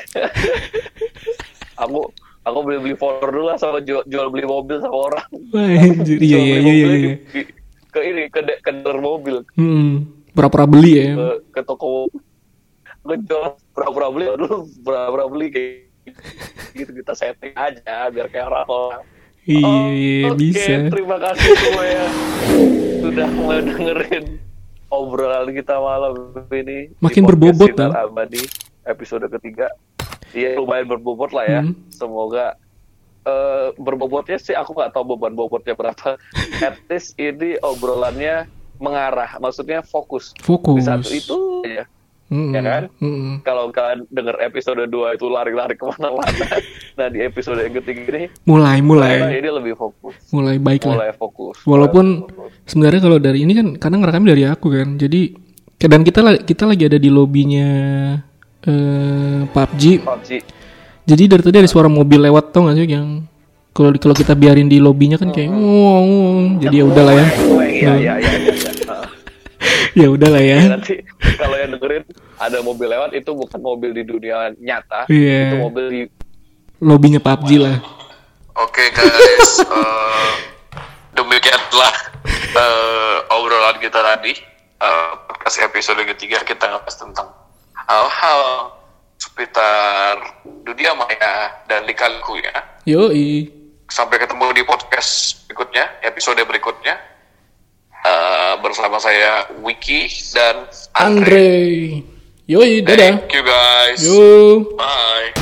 aku aku beli beli follower dulu lah sama jual, jual beli mobil sama orang. Anjir, iya iya iya iya. Ke ini ke ke dealer mobil. Hmm, pura-pura beli ya. Ke, ke toko ngejual pura-pura beli dulu, pura-pura beli kayak gitu kita setting aja biar kayak orang-orang. Iya, Oke, bisa. terima kasih semua ya sudah mau dengerin obrolan kita malam ini. Makin di podcast berbobot, Sinar tau. Abadi episode ketiga. Iya, lumayan berbobot lah ya. Hmm. Semoga eh, berbobotnya sih aku nggak tahu beban bobotnya berapa. At least ini obrolannya mengarah, maksudnya fokus. Fokus. Di satu itu ya. Mm-mm. Ya kan? Mm-mm. Kalau kalian denger episode dua itu lari-lari kemana-mana, nah di episode yang ketiga ini Mulai, mulai. karena ini lebih fokus, Mulai baik lah. mulai fokus. Walaupun mulai fokus. sebenarnya kalau dari ini kan karena ngerekamnya dari aku kan. Jadi dan kita la- kita lagi ada di lobinya eh, P U B G. P U B G. Jadi dari tadi ada suara mobil lewat tau gak sih yang kalau kalau kita biarin di lobinya kan kayak ngong ngong. Jadi ya udahlah ya. Iya, iya, iya, iya, iya. Ya udahlah ya. Ya, nanti kalau yang dengerin ada mobil lewat itu bukan mobil di dunia nyata, Iya. itu mobil di Lobinya P U B G lah. Oke guys, eh, demikianlah eh, obrolan kita tadi. Eh, podcast episode ketiga kita ngebahas tentang hal-hal seputar dunia maya dan lika-liku ya. Yoi. Sampai ketemu di podcast berikutnya, episode berikutnya. Eh, bersama saya Wiki dan Andre. Andre. Yoi, dadah. Thank you guys. Yo. Bye.